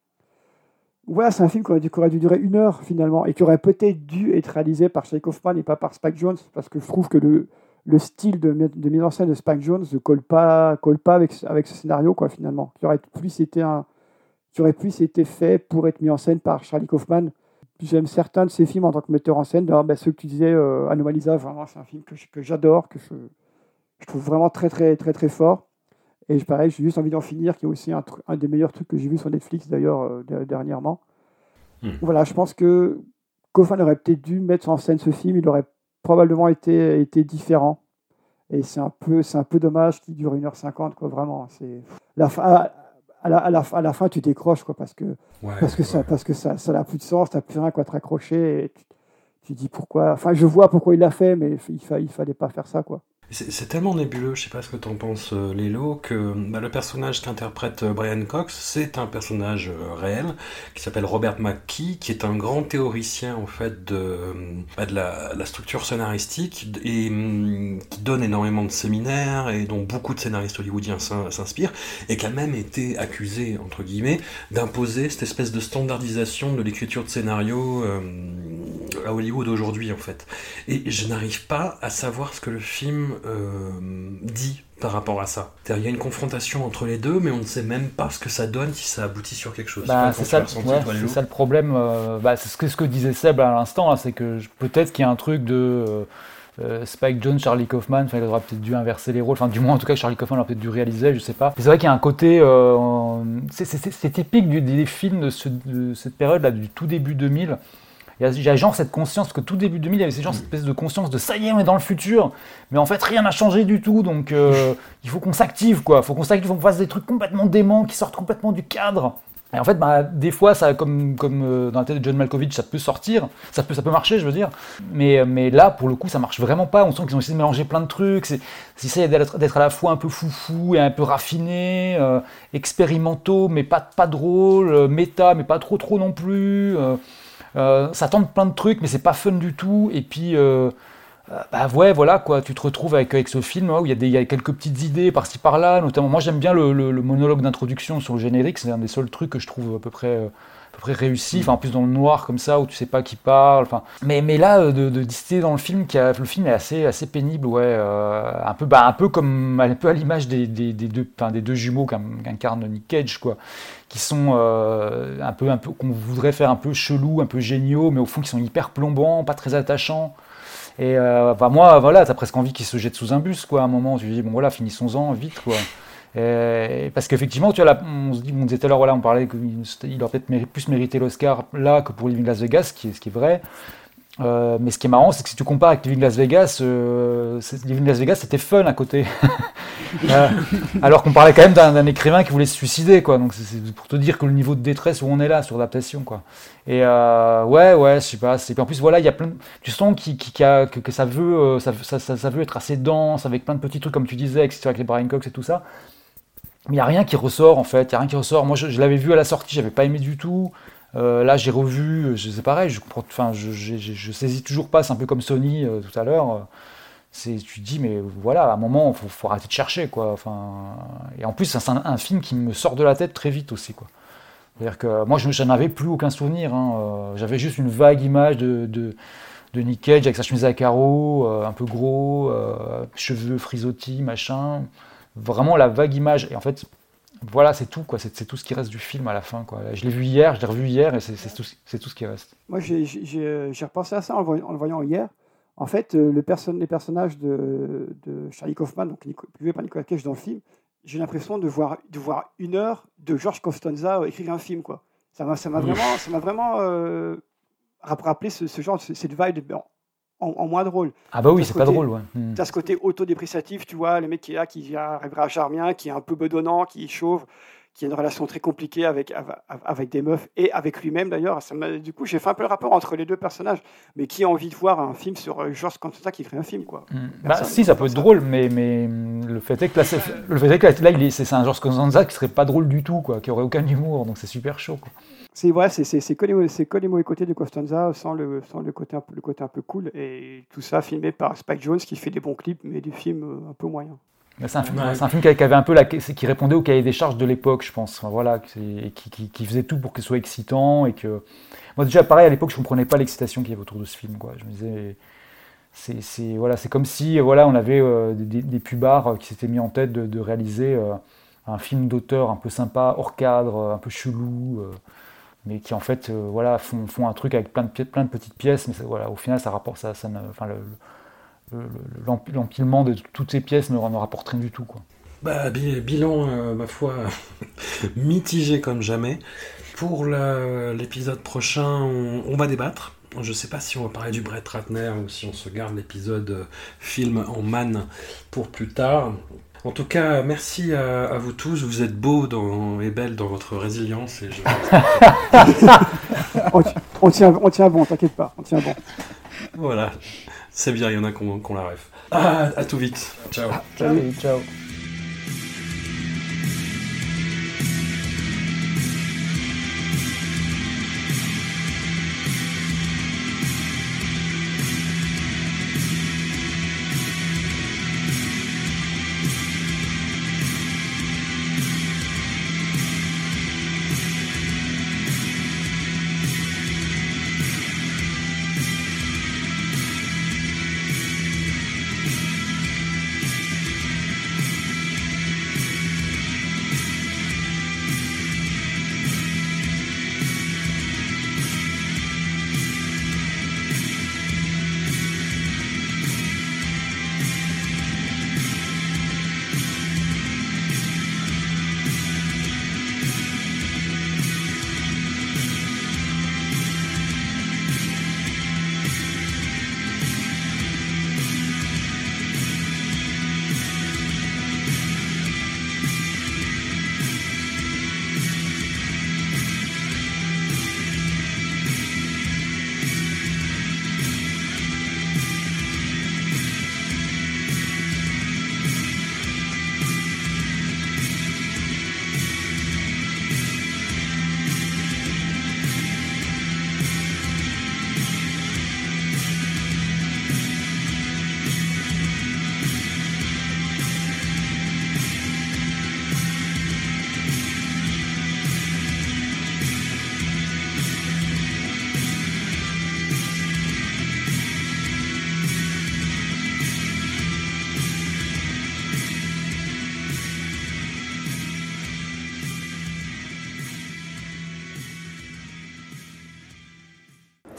Voilà, c'est un film qui aurait dû durer 1 heure finalement et qui aurait peut-être dû être réalisé par Charlie Kaufman et pas par Spike Jonze, parce que je trouve que le style de mise en scène de Spike Jonze ne colle pas avec ce scénario, quoi, finalement. Qui aurait plus été fait pour être mis en scène par Charlie Kaufman. J'aime certains de ses films en tant que metteur en scène. D'ailleurs, ceux que tu disais, Anomalisa, vraiment, c'est un film que j'adore, que je trouve vraiment très, très, très, très fort. Et pareil, j'ai juste envie d'en finir, qui est aussi un des meilleurs trucs que j'ai vu sur Netflix, d'ailleurs, dernièrement. Voilà, je pense que Kaufman aurait peut-être dû mettre en scène ce film. Il aurait probablement été différent. Et c'est un peu dommage qu'il dure 1h50, quoi, vraiment. C'est à la fin, tu décroches, quoi, parce que ça n'a plus de sens, tu n'as plus rien à te raccrocher. Et tu dis pourquoi. Enfin, je vois pourquoi il l'a fait, mais il fallait pas faire ça, quoi. C'est tellement nébuleux, je sais pas ce que t'en penses, Lélo, que le personnage qu'interprète Brian Cox, c'est un personnage réel qui s'appelle Robert McKee, qui est un grand théoricien en fait de la structure scénaristique et qui donne énormément de séminaires et dont beaucoup de scénaristes hollywoodiens s'inspirent, et qui a même été accusé entre guillemets d'imposer cette espèce de standardisation de l'écriture de scénario à Hollywood aujourd'hui en fait. Et je n'arrive pas à savoir ce que le film dit par rapport à ça. C'est-à-dire, il y a une confrontation entre les deux, mais on ne sait même pas ce que ça donne, si ça aboutit sur quelque chose. C'est ça le problème. C'est ce que disait Seb à l'instant, là, c'est que peut-être qu'il y a un truc de Spike Jonze, Charlie Kaufman, il aurait peut-être dû inverser les rôles, enfin du moins en tout cas Charlie Kaufman aurait peut-être dû réaliser, je sais pas. C'est vrai qu'il y a un côté, c'est typique des films de cette période-là, du tout début 2000. Il y a genre cette conscience, parce que tout début 2000, il y avait cette espèce de conscience de ça y est, on est dans le futur, mais en fait rien n'a changé du tout, donc il faut qu'on s'active, quoi. Il faut qu'on fasse des trucs complètement déments, qui sortent complètement du cadre. Et en fait, des fois, ça, comme dans la tête de John Malkovich, ça peut sortir, ça peut marcher, je veux dire. Mais là, pour le coup, ça marche vraiment pas. On sent qu'ils ont essayé de mélanger plein de trucs. Ils essayent d'être à la fois un peu foufou et un peu raffiné, expérimentaux, mais pas drôle, méta, mais pas trop non plus. Ça tente plein de trucs, mais c'est pas fun du tout. Et puis, ouais, voilà, quoi. Tu te retrouves avec ce film où il y a quelques petites idées par-ci par-là. Notamment, moi, j'aime bien le monologue d'introduction sur le générique. C'est un des seuls trucs que je trouve à peu près réussi. Enfin, en plus dans le noir comme ça, où tu sais pas qui parle. Enfin, mais là, de décider dans le film, le film est assez pénible, ouais. Un peu à l'image des deux jumeaux qu'incarne Nick Cage, quoi. Qui sont un peu qu'on voudrait faire un peu chelou, un peu géniaux, mais au fond qui sont hyper plombants, pas très attachants. Et moi, voilà, t'as presque envie qu'ils se jettent sous un bus, quoi. À un moment, tu te dis bon voilà, finissons-en vite, quoi. Parce qu'effectivement, tu vois, on disait tout à l'heure, voilà, on parlait qu'il aurait peut-être plus mérité l'Oscar là que pour Living Las Vegas, ce qui est vrai. Mais ce qui est marrant, c'est que si tu compares avec Living Las Vegas, Living Las Vegas c'était fun à côté. Alors qu'on parlait quand même d'un écrivain qui voulait se suicider, quoi. Donc c'est pour te dire que le niveau de détresse où on est là sur l'adaptation, quoi. Et ouais, je sais pas. Et puis en plus voilà, il y a plein. Tu sens que ça veut être assez dense avec plein de petits trucs comme tu disais, avec les Brian Cox et tout ça. Mais il y a rien qui ressort en fait. Il y a rien qui ressort. Moi je l'avais vu à la sortie, j'avais pas aimé du tout. Là j'ai revu, c'est pareil, je saisis toujours pas, c'est un peu comme Sony tout à l'heure. Tu te dis mais voilà, à un moment faut arrêter de chercher, quoi. Enfin, et en plus c'est un film qui me sort de la tête très vite aussi, quoi. C'est-à-dire que moi j'en avais plus aucun souvenir, hein. J'avais juste une vague image de Nick Cage avec sa chemise à carreaux, un peu gros, cheveux frisottis, machin. Vraiment la vague image. Et en fait, voilà, c'est tout, quoi. C'est tout ce qui reste du film à la fin, quoi. Je l'ai vu hier, je l'ai revu hier, et c'est tout ce qui reste. Moi, j'ai repensé à ça en le voyant hier. En fait, les personnages de Charlie Kaufman, donc joué par Nicolas Cage dans le film, j'ai l'impression de voir 1 heure de George Costanza écrire un film, quoi. Ça m'a vraiment rappelé ce genre, cette vibe en moins drôle. Ah bah oui, c'est pas drôle, ouais. T'as ce côté autodépréciatif, tu vois, le mec qui est là, qui arrivera à Charmien, qui est un peu bedonnant, qui est chauve, qui a une relation très compliquée avec des meufs et avec lui-même d'ailleurs. Du coup, j'ai fait un peu le rapport entre les deux personnages, mais qui a envie de voir un film sur George Costanza qui ferait un film, quoi. Si, ça peut être drôle, mais le fait est que là, c'est un George Costanza qui serait pas drôle du tout, quoi, qui aurait aucun humour, donc c'est super chaud, quoi. C'est que les mauvais côtés de Costanza sans le côté un peu cool, et tout ça filmé par Spike Jonze qui fait des bons clips mais des films un peu moyens. C'est un film qui avait un peu qui répondait au cahier des charges de l'époque, je pense. Enfin, voilà, qui faisait tout pour qu'il soit excitant, et que moi déjà pareil à l'époque je comprenais pas l'excitation qu'il y avait autour de ce film, quoi. Je me disais c'est comme si on avait des pubards qui s'étaient mis en tête de réaliser un film d'auteur un peu sympa, hors cadre, un peu chelou. Mais qui en fait font un truc avec plein de petites pièces, mais au final ça rapporte l'empilement de toutes ces pièces ne rapporte rien du tout, quoi. Bilan ma foi mitigé comme jamais. Pour l'épisode prochain on va débattre. Je sais pas si on va parler du Brett Ratner ou si on se garde l'épisode film en manne pour plus tard. En tout cas, merci à vous tous. Vous êtes beaux et belles dans votre résilience. Et on tient bon, t'inquiète pas. On tient bon. Voilà, c'est bien, il y en a qu'on la rêve. À tout vite. Ciao. Salut, ciao.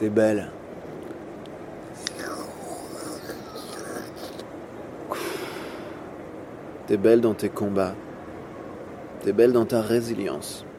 T'es belle. T'es belle dans tes combats. T'es belle dans ta résilience.